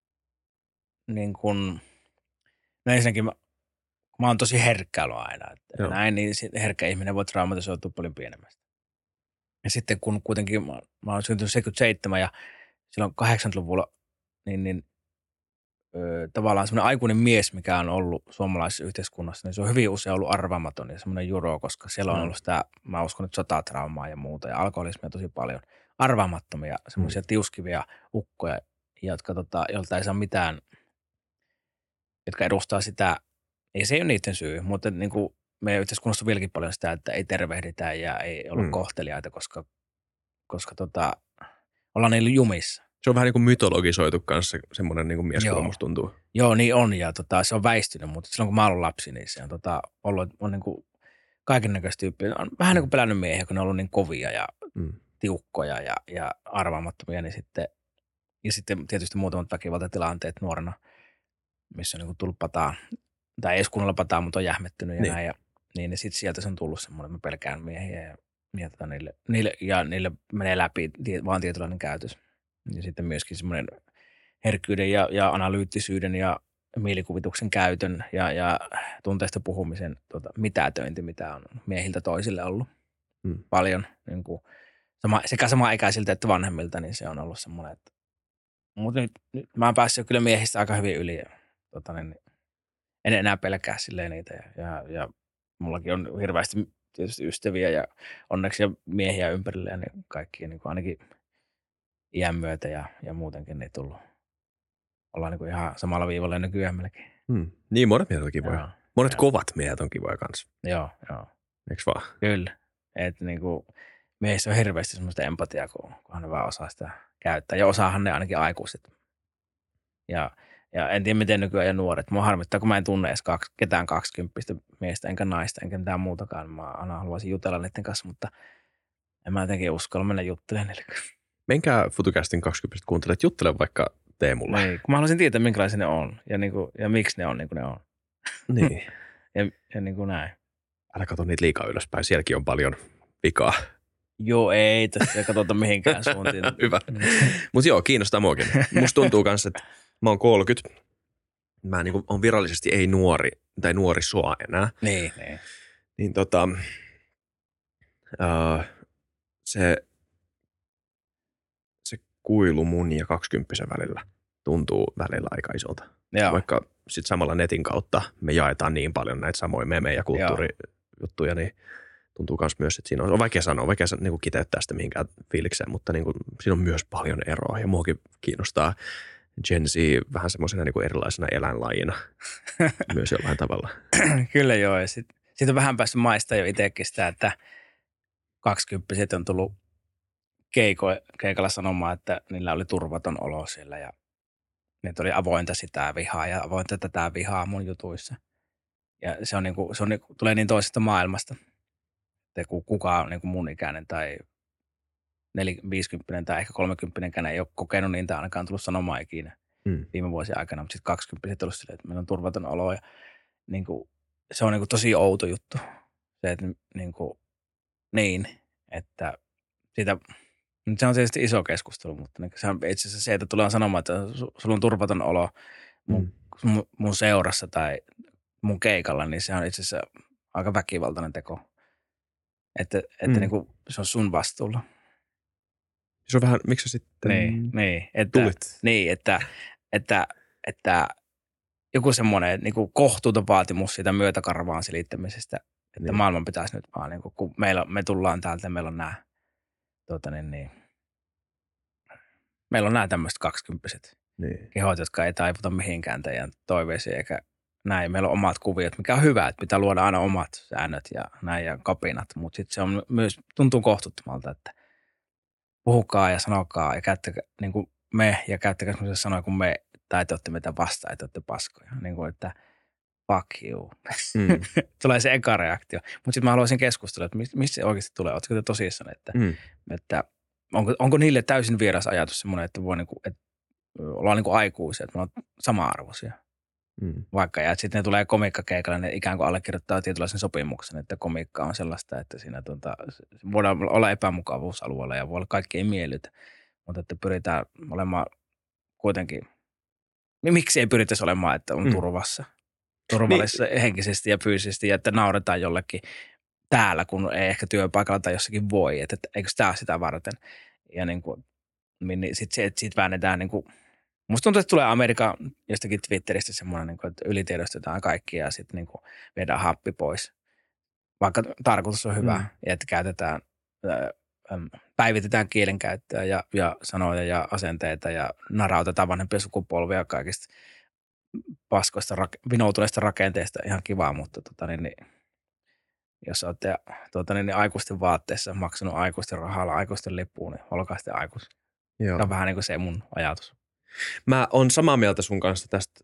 no ensinnäkin mä oon tosi herkkä ollut aina. Että näin, niin herkkä ihminen voi traumatisoitua paljon pienemmästä. Ja sitten kun kuitenkin mä oon syntynyt 77 ja silloin 80-luvulla, niin tavallaan semmoinen aikuinen mies, mikä on ollut suomalaisessa yhteiskunnassa, niin se on hyvin usein ollut arvaamaton ja semmoinen juro, koska siellä on ollut sitä, mä uskon, että sotatraumaa ja muuta ja alkoholismia tosi paljon. Arvaamattomia, semmoisia tiuskivia ukkoja, joilta ei saa mitään, jotka edustaa sitä, ei se ole niiden syy, mutta meidän yhteiskunnassa on vieläkin paljon sitä, että ei tervehditä ja ei olla kohteliaita, koska ollaan niillä jumissa. Se on vähän niin kuin mytologisoitu kanssa semmoinen mieskuva, musta tuntuu. Joo, niin on ja se on väistynyt, mutta silloin kun mä ollut lapsi, niin se on ollut kaikennäköistä tyyppiä. On vähän niin kuin pelännyt miehiä, kun ne on ollut niin kovia ja tiukkoja ja arvaamattomia, niin sitten tietysti muutamat väkivaltatilanteet nuorena, missä on tullut pataa, tai ei edes kunnolla pataa, mutta on jähmettynyt ja näin. Niin sitten sieltä se on tullut semmoinen, että mä pelkään miehiä ja niille menee läpi vaan tietynlainen käytös. Ja sitten myöskin semmoinen herkkyyden ja analyyttisyyden ja mielikuvituksen käytön ja tunteista puhumisen mitätöinti, mitä on miehiltä toisille ollut. Paljon sekä samaikäisiltä että vanhemmilta, niin se on ollut semmoinen, että mutta nyt mä oon päässyt kyllä miehistä aika hyvin yli ja niin en enää pelkää silleen niitä ja mullakin on hirveästi tietysti ystäviä ja onneksi ja miehiä ympärillä ja niin kaikki niin kuin ainakin iän myötä ja muutenkin niin tullut. Ollaan niin kuin ihan samalla viivalla nykyään melkein. Niin, monet miehet on kivoja. Joo, Monet joo. kovat miehet on kivoja kanssa. Joo. Eiks vaan? Kyllä. Että niin kuin miehissä on hirveästi semmoista empatiaa, kunhan ne vaan osaa sitä käyttää. Ja osaahan ne ainakin aikuiset. Ja en tiedä, miten nykyään ja nuoret. Mua harmittaa, kun mä en tunne edes ketään 20 miestä, enkä naista, enkä mitään muutakaan. Mä aina haluaisin jutella niiden kanssa, mutta en mä jotenkin uskalla mennä juttelemaan niille. Menkää FutuCastin 20 kuuntelijat juttele vaikka Teemulle. Niin, kun mä haluaisin tietää, minkälaisia ne on ja miksi ne on niin kuin ne on. Niin. ja niin kuin näin. Älä katso niitä liikaa ylöspäin, sielläkin on paljon vikaa. Joo, ei tässä katsota mihinkään suuntiin. Hyvä. Mutta joo, kiinnostaa muakin. Musta tuntuu kanssa, että mä oon 30. Mä niinku on virallisesti ei nuori tai nuorisoa enää. Niin. Niin se kuilu mun ja 20 välillä tuntuu välillä aika isolta. Joo. Vaikka sit samalla netin kautta me jaetaan niin paljon näitä samoja memejä ja kulttuurijuttuja, niin tuntuu myös, että siinä on vaikea sanoa, vaikea niin kuin kiteyttää sitä mihinkään fiilikseen, mutta niin kuin, siinä on myös paljon eroa ja muakin kiinnostaa Gen Z vähän semmoisena niin kuin erilaisena eläinlajina myös jollain tavalla. Kyllä joo, ja siitä on vähän päässyt maista jo itsekin sitä, että 20 on tullut keikalla sanomaan, että niillä oli turvaton olo siellä ja niitä oli avointa sitä vihaa ja avointa tätä vihaa mun jutuissa. Ja se tulee niin toisesta maailmasta, että kukaan on niin kuin mun ikäinen tai 50 tai ehkä 30 ei ole kokenut niitä ainakaan tullut sanomaan ikinä viime vuosien aikana, mutta sitten 20 on tullut silleen, että meillä on turvaton olo ja niin kuin, se on niin kuin tosi outo juttu. Se, että että siitä, se on tietysti iso keskustelu, mutta se on itse asiassa se, että tullaan sanomaan, että sulla on turvaton olo mun seurassa tai mun keikalla, niin se on itse asiassa aika väkivaltainen teko. Että niin kuin, se on sun vastuulla. Se on vähän, miksi sä sitten tulit? Niin, että joku semmoinen niin kuin kohtuuton vaatimus siitä myötäkarvaan selittämisestä, että maailman pitäisi nyt vaan, niin kuin, kun me tullaan täältä ja meillä on nämä, meillä on nämä tämmöiset 20 kehot, jotka ei taivuta mihinkään teidän toiveisiin eikä näin. Meillä on omat kuviot, mikä on hyvä, että pitää luoda aina omat säännöt ja näin ja kapinat, mutta sitten se on myös, tuntuu kohtuuttomalta, että puhukaa ja sanokaa ja käyttäkää niin kuin me ja käyttäkää sellaisia sanoja kuin me, tai te olette meitä vastaan, että olette paskoja. Niin kuin, että fuck you. Tulee se eka reaktio. Mutta sitten mä haluaisin keskustella, että mistä se oikeasti tulee. Oletko te tosissaan, että onko niille täysin vieras ajatus semmoinen, että voi niinku, että ollaan niinku aikuisia, että me ollaan sama-arvoisia. Vaikka, ja sitten ne tulee komiikkakeikalle, ne ikään kuin allekirjoittaa tietynlaisen sopimuksen, että komiikka on sellaista, että siinä voidaan olla epämukavuusalueella ja voi olla kaikki ei miellytä, mutta että pyritään olemaan kuitenkin, miksi ei pyrittäisi olemaan, että on turvallisessa henkisesti ja fyysisesti ja että nauretaan jollekin täällä, kun ei ehkä työpaikalla tai jossakin voi, että eikö tämä sitä varten. Ja niin kuin, niin sitten väännetään niin kuin, musta tuntuu, että tulee Amerikan jostakin Twitteristä semmoinen, että ylitiedostetaan kaikki ja sitten niin viedään happi pois. Vaikka tarkoitus on hyvä, ja että käytetään, päivitetään kielenkäyttöä ja sanoja ja asenteita ja narautetaan vanhempia sukupolvia kaikista paskoista, vinoutuneista rakenteista. Ihan kivaa, mutta jos olette aikuisten vaatteessa maksanut aikuisten rahalla aikuisten lippuun, niin olkaa sitten aikuisia. Se on vähän niin kuin se mun ajatus. Mä oon samaa mieltä sun kanssa tästä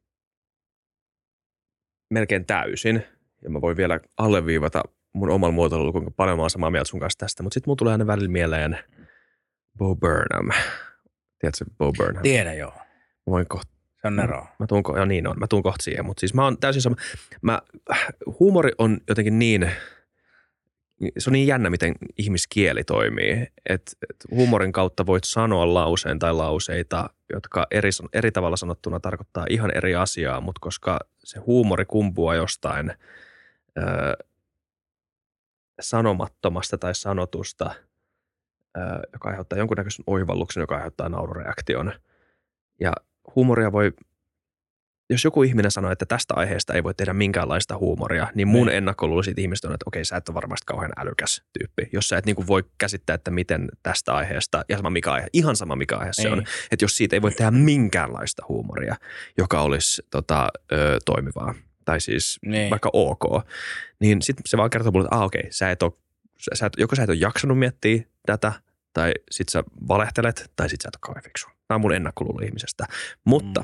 melkein täysin. Ja mä voin vielä alleviivata mun omalla muotoilulla, kuinka paljon mä oon samaa mieltä sun kanssa tästä. Mutta sit mulla tulee aina välillä mieleen Bo Burnham. Tiedätkö Bo Burnham? Tiedän, joo. Mä voin kohta. Se on nero. Mä tuun kohta siihen. Mutta siis mä oon täysin sama. Huumori on jotenkin niin, se on niin jännä, miten ihmiskieli toimii. Että huumorin kautta voit sanoa lauseen tai lauseita, jotka eri tavalla sanottuna tarkoittaa ihan eri asiaa, mutta koska se huumori kumpuaa jostain sanomattomasta tai sanotusta, joka aiheuttaa jonkunnäköisen oivalluksen, joka aiheuttaa naurureaktion. Ja huumoria voi, jos joku ihminen sanoo, että tästä aiheesta ei voi tehdä minkäänlaista huumoria, niin mun ennakkoluulo siitä ihmistä on, että okei, sä et ole varmasti kauhean älykäs tyyppi. Jos sä et niin kuin voi käsittää, että miten tästä aiheesta, ja sama mikä aihe, ihan sama mikä aihe se on, että jos siitä ei voi tehdä minkäänlaista huumoria, joka olisi toimivaa, tai siis vaikka ok, niin sitten se vaan kertoo mulle, että okei, joko sä et ole jaksanut miettiä tätä, tai sit sä valehtelet, tai sit sä et ole kauhean fiksu. Tämä on mun ennakkoluulo ihmisestä. Mutta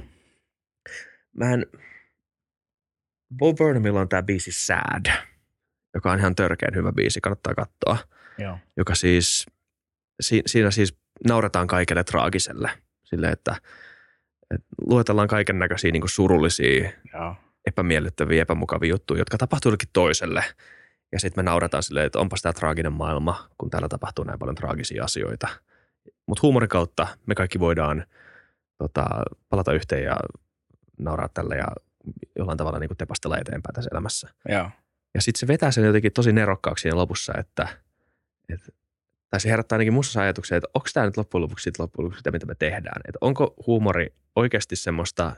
Bo Burnhamilla on tää biisi Sad, joka on ihan törkeän hyvä biisi, kannattaa katsoa. Joo. Joka siis, siinä siis nauretaan kaikelle traagiselle. Silleen, että luetellaan kaiken näköisiä niin kuin surullisia, epämiellyttäviä, epämukavia juttuja, jotka tapahtuu jollekin toiselle. Ja sitten me naurataan silleen, että onpas tämä traaginen maailma, kun täällä tapahtuu näin paljon traagisia asioita. Mutta huumorin kautta me kaikki voidaan palata yhteen ja nauraa tälle ja jollain tavalla niin kuin tepastella eteenpäin tässä elämässä. Joo. Ja sitten se vetää sen jotenkin tosi nerokkaaksi siinä lopussa, tai se herättää ainakin musta ajatuksia, että onko tämä nyt loppujen lopuksi sitä, mitä me tehdään. Että onko huumori oikeasti semmoista,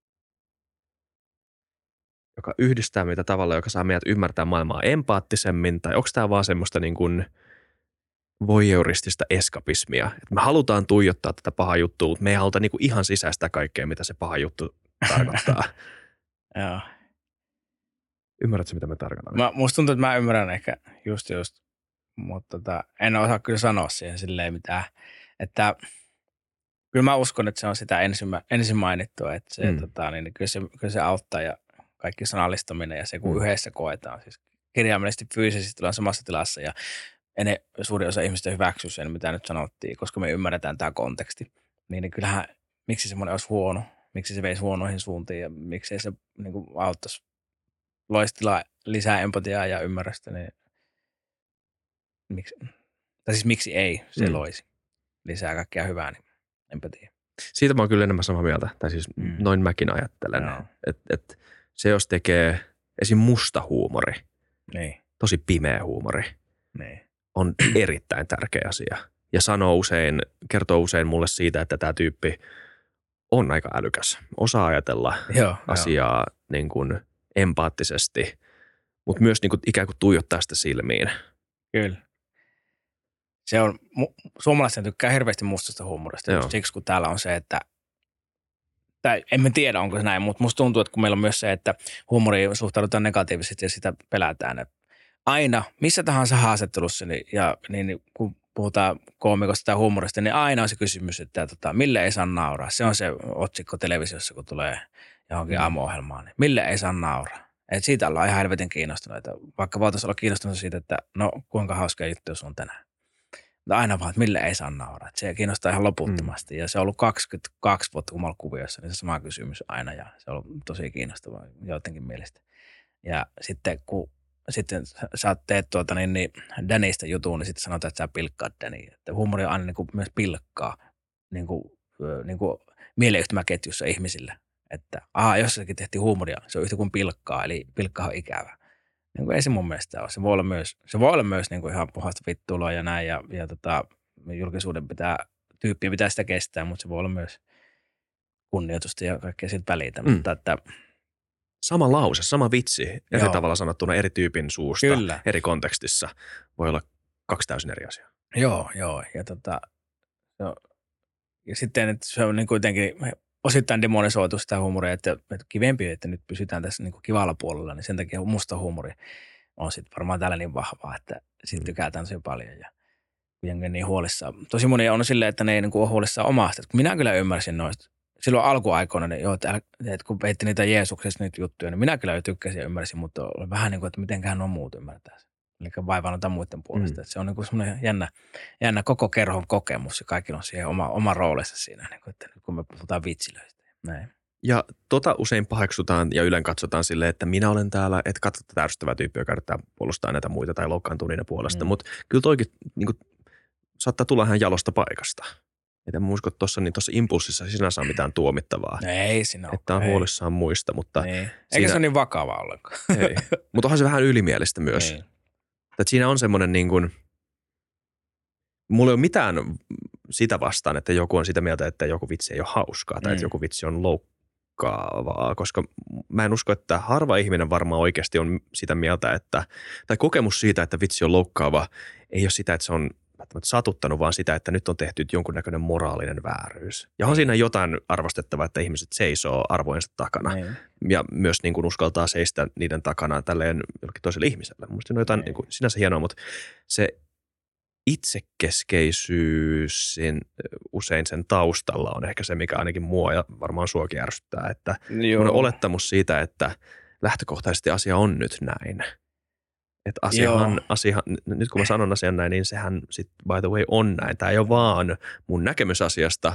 joka yhdistää meitä tavalla, joka saa meidät ymmärtää maailmaa empaattisemmin, tai onko tämä vaan semmoista niin kuin voyeuristista eskapismia. Että me halutaan tuijottaa tätä pahaa juttua, mutta me ei haluta niin kuin ihan sisäistää kaikkea, mitä se paha juttu tarkoittaa. Joo. Ymmärrätkö, mitä me tarkoitan? Musta tuntuu, että mä ymmärrän ehkä just. Mutta en osaa kyllä sanoa siihen silleen mitään. Että kyllä mä uskon, että se on sitä ensin mainittua, että se, niin kyllä se auttaa ja kaikki sanallistaminen ja se, kun yhdessä koetaan. Siis kirjaimellisesti fyysisesti ollaan samassa tilassa ja suurin osa ihmistä hyväksyy sen, mitä nyt sanottiin, koska me ymmärretään tämä konteksti. Niin kyllähän, miksi semmoinen olisi huono, miksi se veisi huonoihin suuntiin ja miksi se niin kuin auttaisi loistilaa lisää empatiaa ja ymmärrystä, niin miksi ei se loisi lisää kaikkea hyvää, niin empatia. Siitä mä oon kyllä enemmän samaa mieltä, tai siis noin mäkin ajattelen, että se jos tekee esim. Musta huumori, tosi pimeä huumori, on erittäin tärkeä asia. Ja kertoo usein mulle siitä, että tämä tyyppi on aika älykäs, osaa ajatella asiaa niin kuin empaattisesti, mutta myös niin kuin ikään kuin tuijottaa sitä silmiin. Kyllä. Se on, suomalaiset tykkää hirveästi mustasta huumorista, just siksi kun täällä on se, että, tai en tiedä onko se näin, mutta musta tuntuu, että kun meillä on myös se, että huumoriin suhtaudutaan negatiivisesti ja sitä pelätään. Että aina, missä tahansa haastattelussa, niin kun puhutaan koomikosta tai huumorista, niin aina on se kysymys, että mille ei saa nauraa. Se on se otsikko televisiossa, kun tulee johonkin aamuohjelmaan. Niin mille ei saa nauraa. Et siitä ollaan ihan helvetin kiinnostuneita. Vaikka voitaisiin olla kiinnostuneita siitä, että no kuinka hauska juttu on tänään. Mutta aina vaan, että mille ei saa nauraa. Et se kiinnostaa ihan loputtomasti. Ja se on ollut 22 vuotta, kun mä olen kuvioissa, niin se sama kysymys aina. Ja se on ollut tosi kiinnostavaa joidenkin mielestä. Ja sitten kun sä teet Dannystä jutun, niin sitten sanotaan, että sä pilkkaat Danny. Että huumori on aina niin kuin myös pilkkaa niin kuin mieleyhtymäketjussa ihmisille. Että jossakin tehtiin huumoria, se on yhtä kuin pilkkaa, eli pilkkaa on ikävä. Niin kuin ei se mun mielestä ole. Se voi olla myös niin kuin ihan puhasta vittuilua ja näin, ja julkisuuden tyyppiä pitää sitä kestää, mutta se voi olla myös kunnioitusta ja kaikkea siitä välitä. Mutta että sama lause, sama vitsi, eri tavalla sanottuna eri tyypin suusta, kyllä, eri kontekstissa voi olla 2 täysin eri asiaa. Joo, ja sitten että se on niin kuitenkin osittain demonisoitu sitä huumoria, että kivempi, että nyt pysytään tässä niin kuin kivalla puolella, niin sen takia musta huumori on sitten varmaan täällä niin vahvaa, että siitä tykätään tosi paljon ja kuitenkin niin huolissaan. Tosi moni on silleen, että ne ei niin kuin ole huolissaan omasta. Minä kyllä ymmärsin noista. Silloin alkuaikoina, että kun veitti niitä Jeesuksesta niitä juttuja, niin minä kyllä tykkäsin ja ymmärsin, mutta oli vähän niin kuin, että mitenköhän nuo muut ymmärtää sen. Eli vaivannut muiden puolesta. Se on niin kuin semmoinen jännä koko kerhon kokemus ja kaikilla on siihen oma roolinsa siinä, niin kuin, että kun me puhutaan vitsilöistä. Näin. Ja usein paheksutaan ja ylen katsotaan silleen, että minä olen täällä, että katso tätä ärsyttävää tyyppiä, joka yrittää puolustaa näitä muita tai loukkaantuu niiden puolesta. Mutta kyllä toikin niin kuin, saattaa tulla ihan jalosta paikasta. Että mä uskon, että tuossa impulssissa ei sinänsä ole mitään tuomittavaa. Ei siinä ole. Että on huolissaan muista, mutta eikä se ole niin vakavaa ollenkaan. Ei. Mutta onhan se vähän ylimielistä myös. Että siinä on semmoinen niin kuin, mulla ei ole mitään sitä vastaan, että joku on sitä mieltä, että joku vitsi ei ole hauskaa tai että joku vitsi on loukkaavaa, koska mä en usko, että harva ihminen varmaan oikeasti on sitä mieltä, että, tai kokemus siitä, että vitsi on loukkaava, ei ole sitä, että se on välttämättä satuttanut, vaan sitä, että nyt on tehty jonkunnäköinen moraalinen vääryys. Ja on siinä jotain arvostettavaa, että ihmiset seisoo arvojensa takana ja myös niin kuin uskaltaa seistä niiden takana tälleen jollekin toiselle ihmiselle. Mielestäni on jotain niin kuin sinänsä hienoa, mutta se itsekeskeisyys usein sen taustalla on ehkä se, mikä ainakin mua ja varmaan suakin ärsyttää, että on olettamus siitä, että lähtökohtaisesti asia on nyt näin. Että asiahan, nyt kun mä sanon asian näin, niin sehän sit by the way on näin. Tämä ei ole vaan mun näkemys asiasta,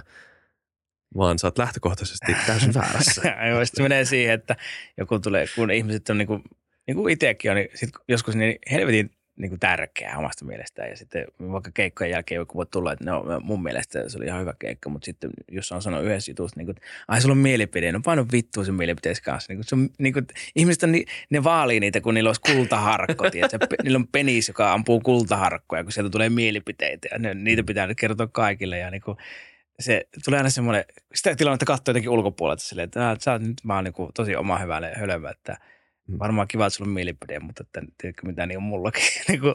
vaan sä oot lähtökohtaisesti täysin väärässä. Joo, sitten menee siihen, että joku tulee, kun ihmiset on niin kuin itsekin on, niin sit joskus niin helvetin niin kuin tärkeää omasta mielestään. Ja sitten vaikka keikkojen jälkeen joku voi tulla, että no, mun mielestä se oli ihan hyvä keikka, mutta sitten jos on sanonut yhdessä jutusta, niin kuin, ai sulla on mielipide, no paino vittua sen mielipiteessä kanssa. Niin kuin, se on, niin kuin, ihmiset on, ne vaalii niitä, kun niillä olisi kultaharkko, niillä on penis, joka ampuu kultaharkkoja, kun sieltä tulee mielipiteitä ja niitä pitää nyt kertoa kaikille ja niin kuin, se tulee aina semmoinen, sitä tilannetta katsoo jotenkin ulkopuolelta silleen, että sä oot nyt vaan niin kuin tosi oma hyvälle hölmö, että varmaan kiva, että sulla on mielipide, mutta että tiedätkö mitä niin on mullakin.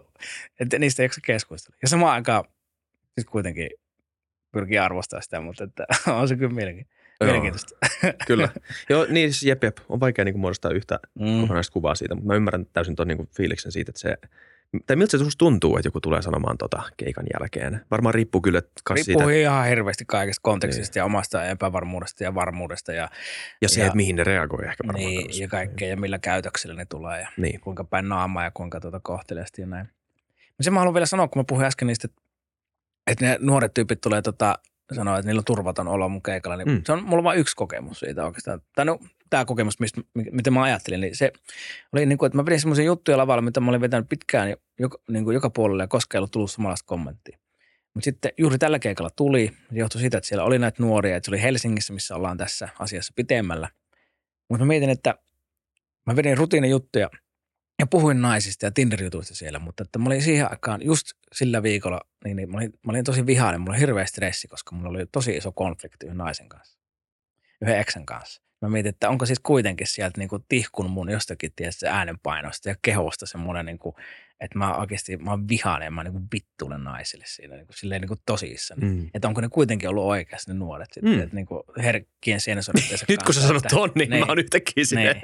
Että niistä ei jaksa keskustella. Ja samaan aikaan siis kuitenkin pyrkii arvostamaan sitä, mutta että on se kyllä mielenkiintoista. Kyllä. Joo, niin siis jep. On vaikea niin kuin muodostaa yhtä kokonaista kuvaa siitä, mutta mä ymmärrän täysin tuon niin kuin fiiliksen siitä, että se, tai miltä se tuntuu, että joku tulee sanomaan keikan jälkeen? Varmaan riippuu kyllä riippuu ihan hirveästi kaikesta kontekstista ja omasta epävarmuudesta ja varmuudesta. Ja se, että mihin ne reagoi ehkä varmaan. Niin, ja kaikkea, ja millä käytöksellä ne tulee, ja kuinka päin naamaa ja kuinka kohteliasti ja näin. No se mä haluan vielä sanoa, kun mä puhuin äsken niistä, että ne nuoret tyypit tulee sanoa, että niillä on turvaton olo mun keikalla, niin se on mulla vain yksi kokemus siitä oikeastaan. Tai no, tämä kokemus, miten mä ajattelin, niin se oli niin kuin, että mä pidin semmoisia juttuja lavalla, mitä mä olin vetänyt pitkään joka puolella ja koskaan ei ollut tullut samanlaista kommenttia. Mutta sitten juuri tällä keikalla tuli, se johtui siitä, että siellä oli näitä nuoria, että se oli Helsingissä, missä ollaan tässä asiassa pitemmällä. Mutta mä mietin, että mä vedin rutiinijuttuja ja puhuin naisista ja Tinder-jutuista siellä, mutta että mä olin siihen aikaan just sillä viikolla, niin mä olin tosi vihainen, mulla oli hirveä stressi, koska mulla oli tosi iso konflikti yhden naisen kanssa, yhden eksän kanssa. Mä mietin, että onko siis kuitenkin sieltä niinku tihkunut mun jostakin tietysti äänenpainosta ja kehosta semmoinen, niinku, että mä oon vihainen, mä niinku vittuulen naisille siinä niinku, silleen niinku tosissani. Että onko ne kuitenkin ollut oikeasti ne nuoret sitten, että niinku herkkien sensoriteissa nyt kun sä sanot ton, niin mä oon yhtäkkiä silleen.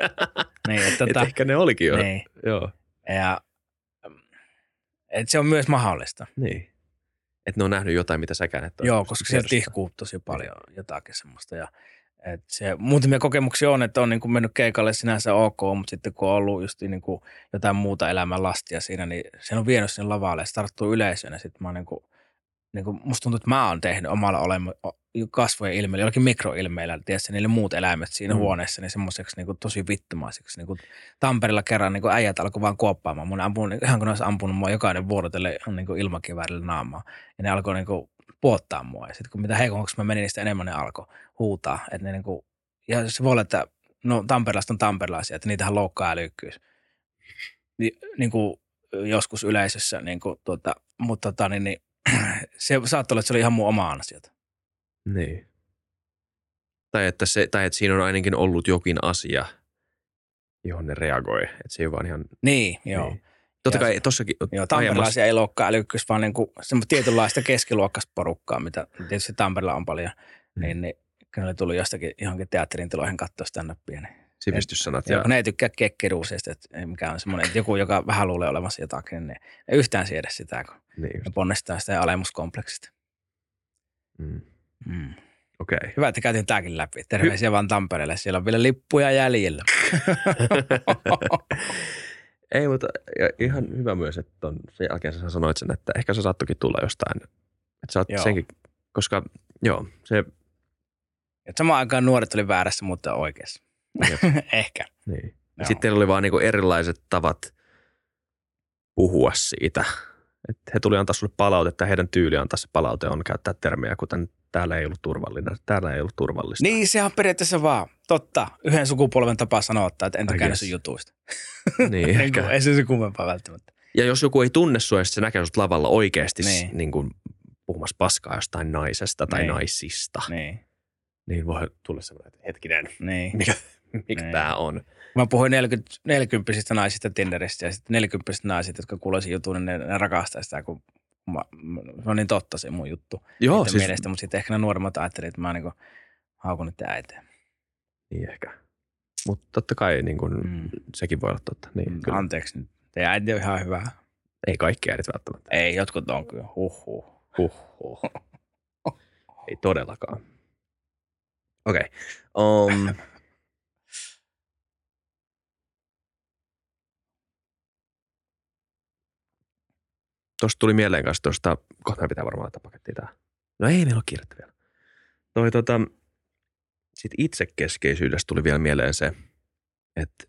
Että ehkä ne olikin jo. Niin. Joo. Ja että se on myös mahdollista. Niin. Että ne on nähnyt jotain, mitä säkään et ole. Joo, koska siellä tihkuu tosi paljon jotakin semmoista ja että se muutamia kokemuksia on, että on niin kuin mennyt keikalle sinänsä ok, mutta sitten kun on ollut just niin kuin jotain muuta elämän lastia siinä, niin se on vienyt sinne lavalle ja se tarttuu yleisöön. Ja sitten mä oon niin kuin musta tuntuu, että mä oon tehnyt omalla kasvojen ilmeillä, jollakin mikroilmeillä, tietysti niille muut eläimet siinä huoneessa, niin semmoiseksi niin kuin tosi vittumaiseksi. Niin kuin Tampereella kerran niin kuin äijät alkoi vaan kuoppaamaan. Mun ihan kun ne olisi ampunut mua jokainen vuorotelle niin kuin ilmakiväärillä naamaa. Ja ne alkoi niin kuin puottaa mua. Ja sitten kun mitä heikommaksi mä menin, niin sitä enemmän ne alkoi huutaa. Että ne niin kuin, ja se voi olla, että no tamperelaiset on tamperelaisia, että niitähän loukkaa älykkyys. Niin kuin joskus yleisössä, niin kuin, mutta niin se saattoi olla, että se oli ihan mun oma ansiota. Niin. Tai että siinä on ainakin ollut jokin asia, johon ne reagoi. Että se ei ole vaan ihan... Niin, joo. Niin. Totta kai tossakin... Joo, tamperelaisia ei loukkaa älykkyys, vaan niin semmoista tietynlaista keskiluokkaista porukkaa, mitä tietysti Tampereella on paljon. Niin kun ne tuli jostakin johonkin teatterin tiloihin katsoa stand-upia. Niin sivistyssanat. Kun ne ei tykkää kekkeruusista, että mikä on semmoinen, että joku, joka vähän luulee olemassa jotakin, niin ei yhtään siedä sitä, kun ne ponnistaa sitä alemuskompleksista. Okay. Hyvä, että käytiin tämäkin läpi. Terveisiä vaan Tampereelle. Siellä on vielä lippuja jäljellä. Ei, mutta ihan hyvä myös, että sen jälkeen sä sanoit sen, että ehkä sä saattokin tulla jostain. Että sä oot senkin, koska se... Et samaan aikaan nuoret oli väärässä, mutta oikeassa. Ehkä. Niin. Sitten teillä oli vaan niinku erilaiset tavat puhua siitä. Että he tuli antaa sulle palautetta, heidän tyyli antaa se palaute on käyttää termejä, kuten täällä ei ollut turvallinen, täällä ei ollut turvallista. Niin, sehän on periaatteessa vaan totta. Yhden sukupolven tapaa sanoa, että en tykännyt sun jutuista. Niin, ehkä. Ei se kummempaa välttämättä. Ja jos joku ei tunne sua ja se näkee sut lavalla oikeasti niin kuin puhumassa paskaa jostain naisesta tai naisista, niin voi tulla semmoinen, että hetkinen, mikä tämä on. Mä puhuin 40 naisista Tinderistä ja sitten 40 naiset, jotka kuuloisin jutun, niin ne rakastaa sitä, kun se on niin totta se mun juttu. Joo, siis... mielestä, mutta sitten ehkä ne nuoremmat ajattelivat, että mä oon niin haukun nyt äiteen. Niin ehkä. Mutta totta kai niin kun, sekin voi olla totta. Niin, kyllä. Anteeksi nyt. Teidän äiti on ihan hyvä. Ei kaikki äidit välttämättä. Ei, jotkut on kyllä. Ei todellakaan. Okei. Tuosta tuli mieleen kanssa tuosta, kohta me pitää varmaan laittaa pakettia tää. No ei, meillä on kiirettä vielä. Sitten itsekeskeisyydestä tuli vielä mieleen se, että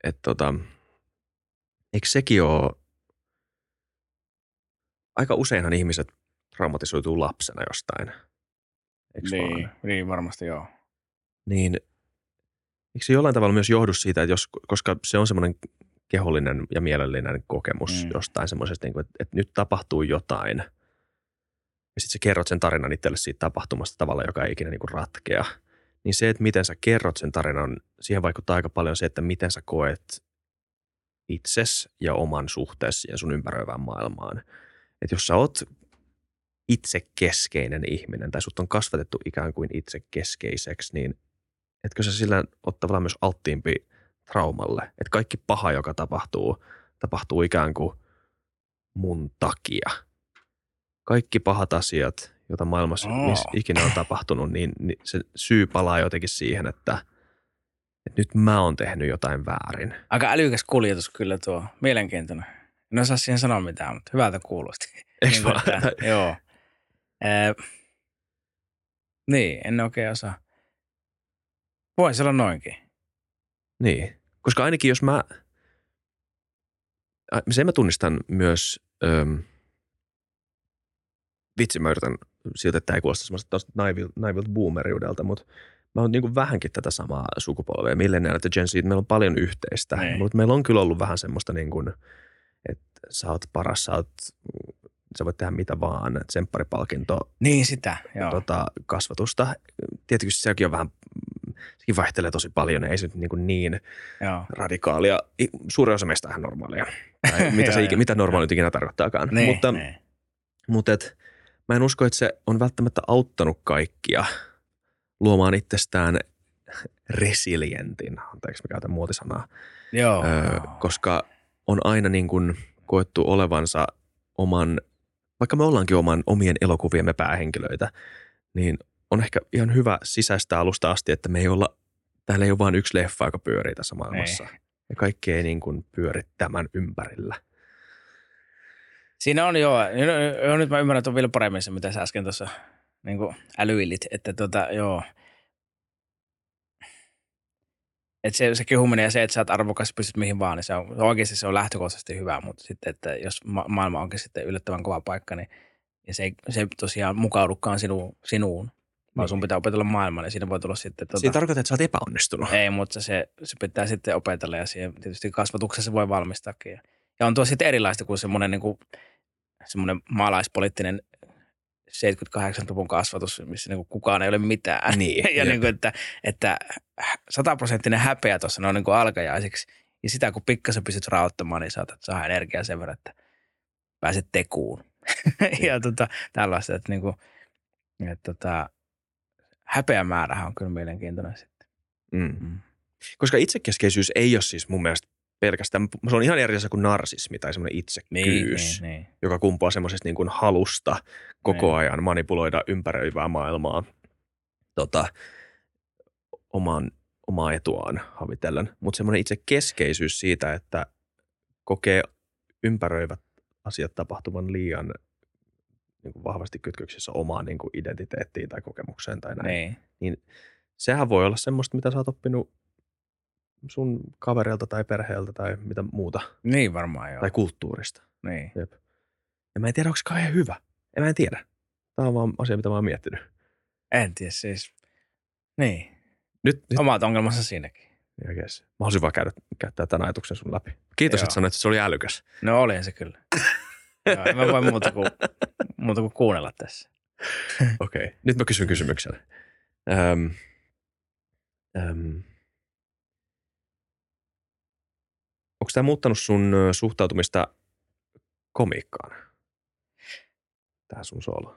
eikö sekin ole, aika useinhan ihmiset traumatisoituu lapsena jostain. Eikö niin, varmasti joo. Niin, eikö se jollain tavalla myös johdu siitä, että koska se on semmoinen kehollinen ja mielellinen kokemus jostain semmoisesta, että nyt tapahtuu jotain. Ja sitten sä kerrot sen tarinan itselle siitä tapahtumasta tavalla, joka ei ikinä ratkea. Niin se, että miten sä kerrot sen tarinan, siihen vaikuttaa aika paljon se, että miten sä koet itses ja oman suhteessa ja sun ympäröivään maailmaan. Että jos sä oot itsekeskeinen ihminen tai sut on kasvatettu ikään kuin itsekeskeiseksi, niin etkö sä sillä ole tavallaan myös alttiimpi traumalle? Että kaikki paha, joka tapahtuu ikään kuin mun takia. Kaikki pahat asiat, joita maailmassa ikinä on tapahtunut, niin se syy palaa jotenkin siihen, että nyt mä oon tehnyt jotain väärin. Aika älykäs kuljetus kyllä tuo. Mielenkiintoinen. En osaa siihen sanoa mitään, mutta hyvältä kuulosti. Eikö vaan? Joo. Niin, en oikein osaa. Voisi olla noinkin. Niin, koska ainakin jos sen mä tunnistan myös, vitsi mä yritän siltä, että tämä ei kuulosta semmoista naivilta boomeriudelta, mutta mä oon niin vähänkin tätä samaa sukupolvea, milleniaalit ja Gen Z, meillä on paljon yhteistä, mutta meillä on kyllä ollut vähän semmoista niin kuin, että sä oot paras, sä voit tehdä mitä vaan, tsempparipalkinto. Niin sitä, joo. Kasvatusta. Tietysti sekin on vähän, sekin vaihtelee tosi paljon, ei se nyt niin radikaalia. Suuri osa meistä on ihan normaalia. Mitä normaali ikinä tarkoittaakaan. Niin, mutta mä en usko, että se on välttämättä auttanut kaikkia luomaan itsestään resilientin, anteeksi mä käytän muotisanaa. Joo. Koska on aina niin kuin koettu olevansa vaikka me ollaankin omien elokuviemme päähenkilöitä, niin on ehkä ihan hyvä sisäistä alusta asti, että täällä ei ole vain yksi leffa, joka pyörii tässä maailmassa. Ei. Ja kaikki ei niin kuin pyöri tämän ympärillä. Siinä on joo. Nyt mä ymmärrän tuon vielä paremmin se, mitä sä äsken tuossa niin kuin älyilit, että joo. Että se kehuminen ja se, että sä oot arvokas, pystyt mihin vaan, niin oikeasti se on lähtökohtaisesti hyvä, mutta sitten, että jos maailma onkin sitten yllättävän kova paikka, niin ja se ei tosiaan mukaudukaan sinuun, vaan sun pitää opetella maailmaa, niin siinä voi tulla sitten... Se ei tarkoita, että sä oot epäonnistunut. Ei, mutta se pitää sitten opetella ja siihen tietysti kasvatuksessa voi valmistaakin. Ja on tuo sitten erilaista kuin semmoinen maalaispoliittinen 78-luvun kasvatus, missä niin kuin kukaan ei ole mitään. Niin, ja niin kuin, että 100% häpeä tuossa ne on niin kuin alkajaisiksi. Ja sitä kun pikkasen pystyt rauhoittamaan, niin saatat saada energiaa sen verran, että pääset tekuun. ja tällaista, että, niin kuin, että häpeän määrähän on kyllä mielenkiintoinen sitten. Koska itsekeskeisyys ei ole siis mun mielestä pelkästään, se on ihan eri asia kuin narsismi tai semmoinen itsekkyys, niin. joka kumpuaa semmoisesta niin kuin halusta koko ajan manipuloida ympäröivää maailmaa omaa etuaan havitellen. Mutta semmoinen itsekeskeisyys siitä, että kokee ympäröivät asiat tapahtuvan liian niin kuin vahvasti kytköksissä omaan niin kuin identiteettiin tai kokemukseen tai näin. Niin sehän voi olla semmoista, mitä sä oot oppinut sun kavereilta tai perheeltä tai mitä muuta. Niin varmaan joo. Tai kulttuurista. Niin. Jep. Ja mä en tiedä, onko se kauhean hyvä. Mä en tiedä. Tämä on vaan asia, mitä mä oon miettinyt. En tiedä siis. Niin. Nyt. Omat ongelmansa siinäkin. Yes. Mä haluaisin vaan käyttää tämän ajatuksen sun läpi. Kiitos, että sanoit, että se oli älykäs. No olihan se kyllä. Joo, en mä voi muuta kuin kuunnella tässä. Okei. Nyt mä kysyn kysymyksen. Onko tämä muuttanut sun suhtautumista komiikkaan? Tähän sun sooloon.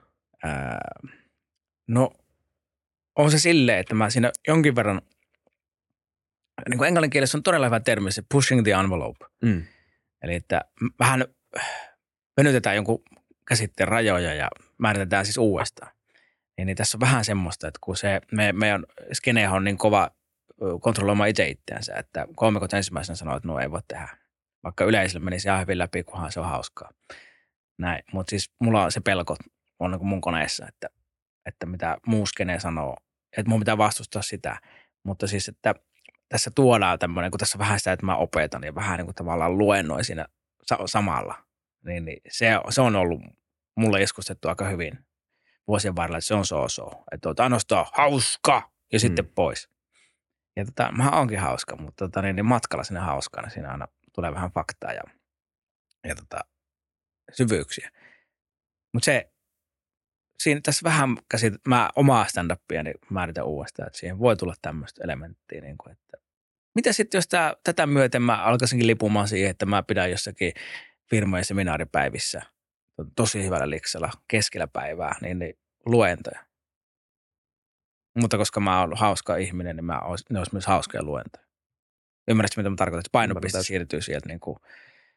No, on se silleen, että mä siinä jonkin verran, niin kuin englanninkielessä on todella hyvä termi, se pushing the envelope. Eli että vähän venytetään jonkun käsitteen rajoja ja määritetään siis uudestaan. Niin tässä on vähän semmoista, että kun se meidän skenehän on niin kova kontrolloimaan itse itseänsä, että koomikot ensimmäisenä sanoo, että no ei voi tehdä. Vaikka yleisölle menisi ihan hyvin läpi, kunhan se on hauskaa. Näin, mutta siis mulla on se pelko on niin kuin mun koneessa, että mitä muu skene sanoo, että mun pitää vastustaa sitä. Mutta siis, että tässä tuodaan tämmöinen, kun tässä vähän sitä, että mä opetan ja vähän niin kuin tavallaan luennoin siinä samalla. Niin se on ollut mulle iskustettu aika hyvin vuosien varrella, että se on so. Että ainoastaan hauska ja sitten pois. Ja mä oonkin hauska, mutta niin matkalla sinne hauskaan, niin siinä aina tulee vähän faktaa ja syvyyksiä. Mutta siinä tässä vähän mä omaa stand-upia niin määritän uudestaan, että siihen voi tulla tämmöistä elementtiä. Niin kuin, että mitä sitten, jos tätä myöten mä alkaisinkin lipumaan siihen, että mä pidän jossakin firmojen seminaaripäivissä tosi hyvällä liksalla keskellä päivää, niin luentoja. Mutta koska mä oon hauska ihminen, niin ne olisi myös hauskoja luentoja. Ymmärrätkö, mitä mä tarkoitan? Että painopiste siirtyy sieltä, niin kuin,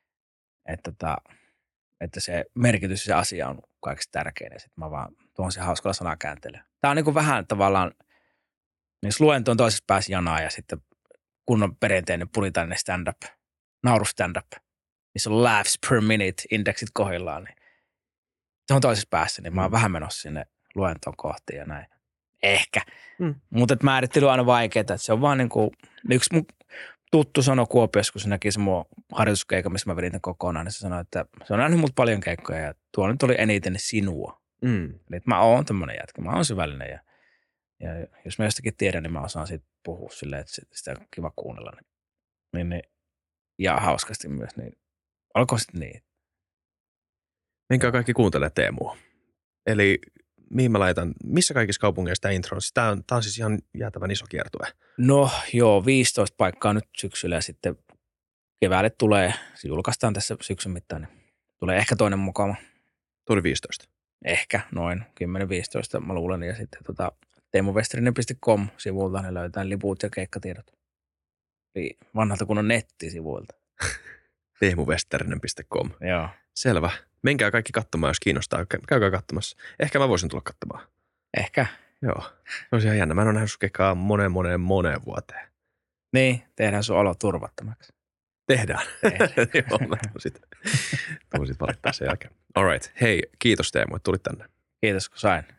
että se merkitys ja se asia on kaikista tärkein. Ja sitten mä vaan tuon se hauskalla sanakääntelyä. Tää on niin kuin vähän tavallaan, jos luento on toisessa päässä janaa ja sitten kunnon perinteinen puritainen stand-up, nauru stand-up, missä on laughs per minute, indeksit kohdillaan, niin se on toisessa päässä, niin mä oon vähän menossa sinne luentoon kohti ja näin. Ehkä. Mutta määrittely on aina vaikeaa, että se on vaan niin kuin, yksi mun tuttu sanoi Kuopiossa, kun se näki se mun harjoituskeikka, missä mä vedin tämän kokonaan, niin se sanoi, että se on nähnyt multa paljon keikkoja ja tuolla nyt oli eniten sinua. Eli että mä oon tämmöinen jätkä, mä oon syvällinen ja jos mä jostakin tiedän, niin mä osaan siitä puhua silleen, että sitä on kiva kuunnella. Niin, ja hauskasti myös, niin olkoon sitten niin. Minkä kaikki kuuntelee Teemua? Eli mihin mä laitan, missä kaikissa kaupungeissa tämä intro on? Tämä on siis ihan jäätävän iso kiertue. No joo, 15 paikkaa nyt syksyllä ja sitten keväälle tulee, se julkaistaan tässä syksyn mittaan, niin tulee ehkä toinen mukava. Tuli 15. Ehkä noin 10-15 mä luulen ja sitten teemuvesterinen.com-sivulta ne löytää liput ja keikkatiedot. Eli vanhalta kunnon nettisivuilta. teemuvesterinen.com. Joo. Selvä. Menkää kaikki katsomaan, jos kiinnostaa. Käykää katsomassa. Ehkä mä voisin tulla katsomaan. Ehkä. Joo. Se olisi ihan jännä. Mä en ole nähnyt sun keikkaa moneen vuoteen. Niin, tehdään sun olo turvattomaksi. Tehdään. Joo, mä tuun sit valittaa sen jälkeen. All right. Hei, kiitos Teemu, että tulit tänne. Kiitos, kun sain.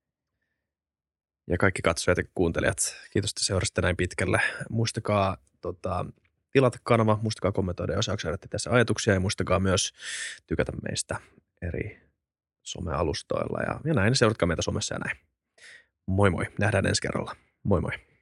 Ja kaikki katsojat ja kuuntelijat, kiitos, että seurasitte näin pitkälle. Muistakaa tilata kanava, muistakaa kommentoida, jos jaksatte tässä ajatuksia ja muistakaa myös tykätä meistä eri somealustoilla ja näin. Seuratkaa meitä somessa ja näin. Moi moi, nähdään ensi kerralla. Moi moi.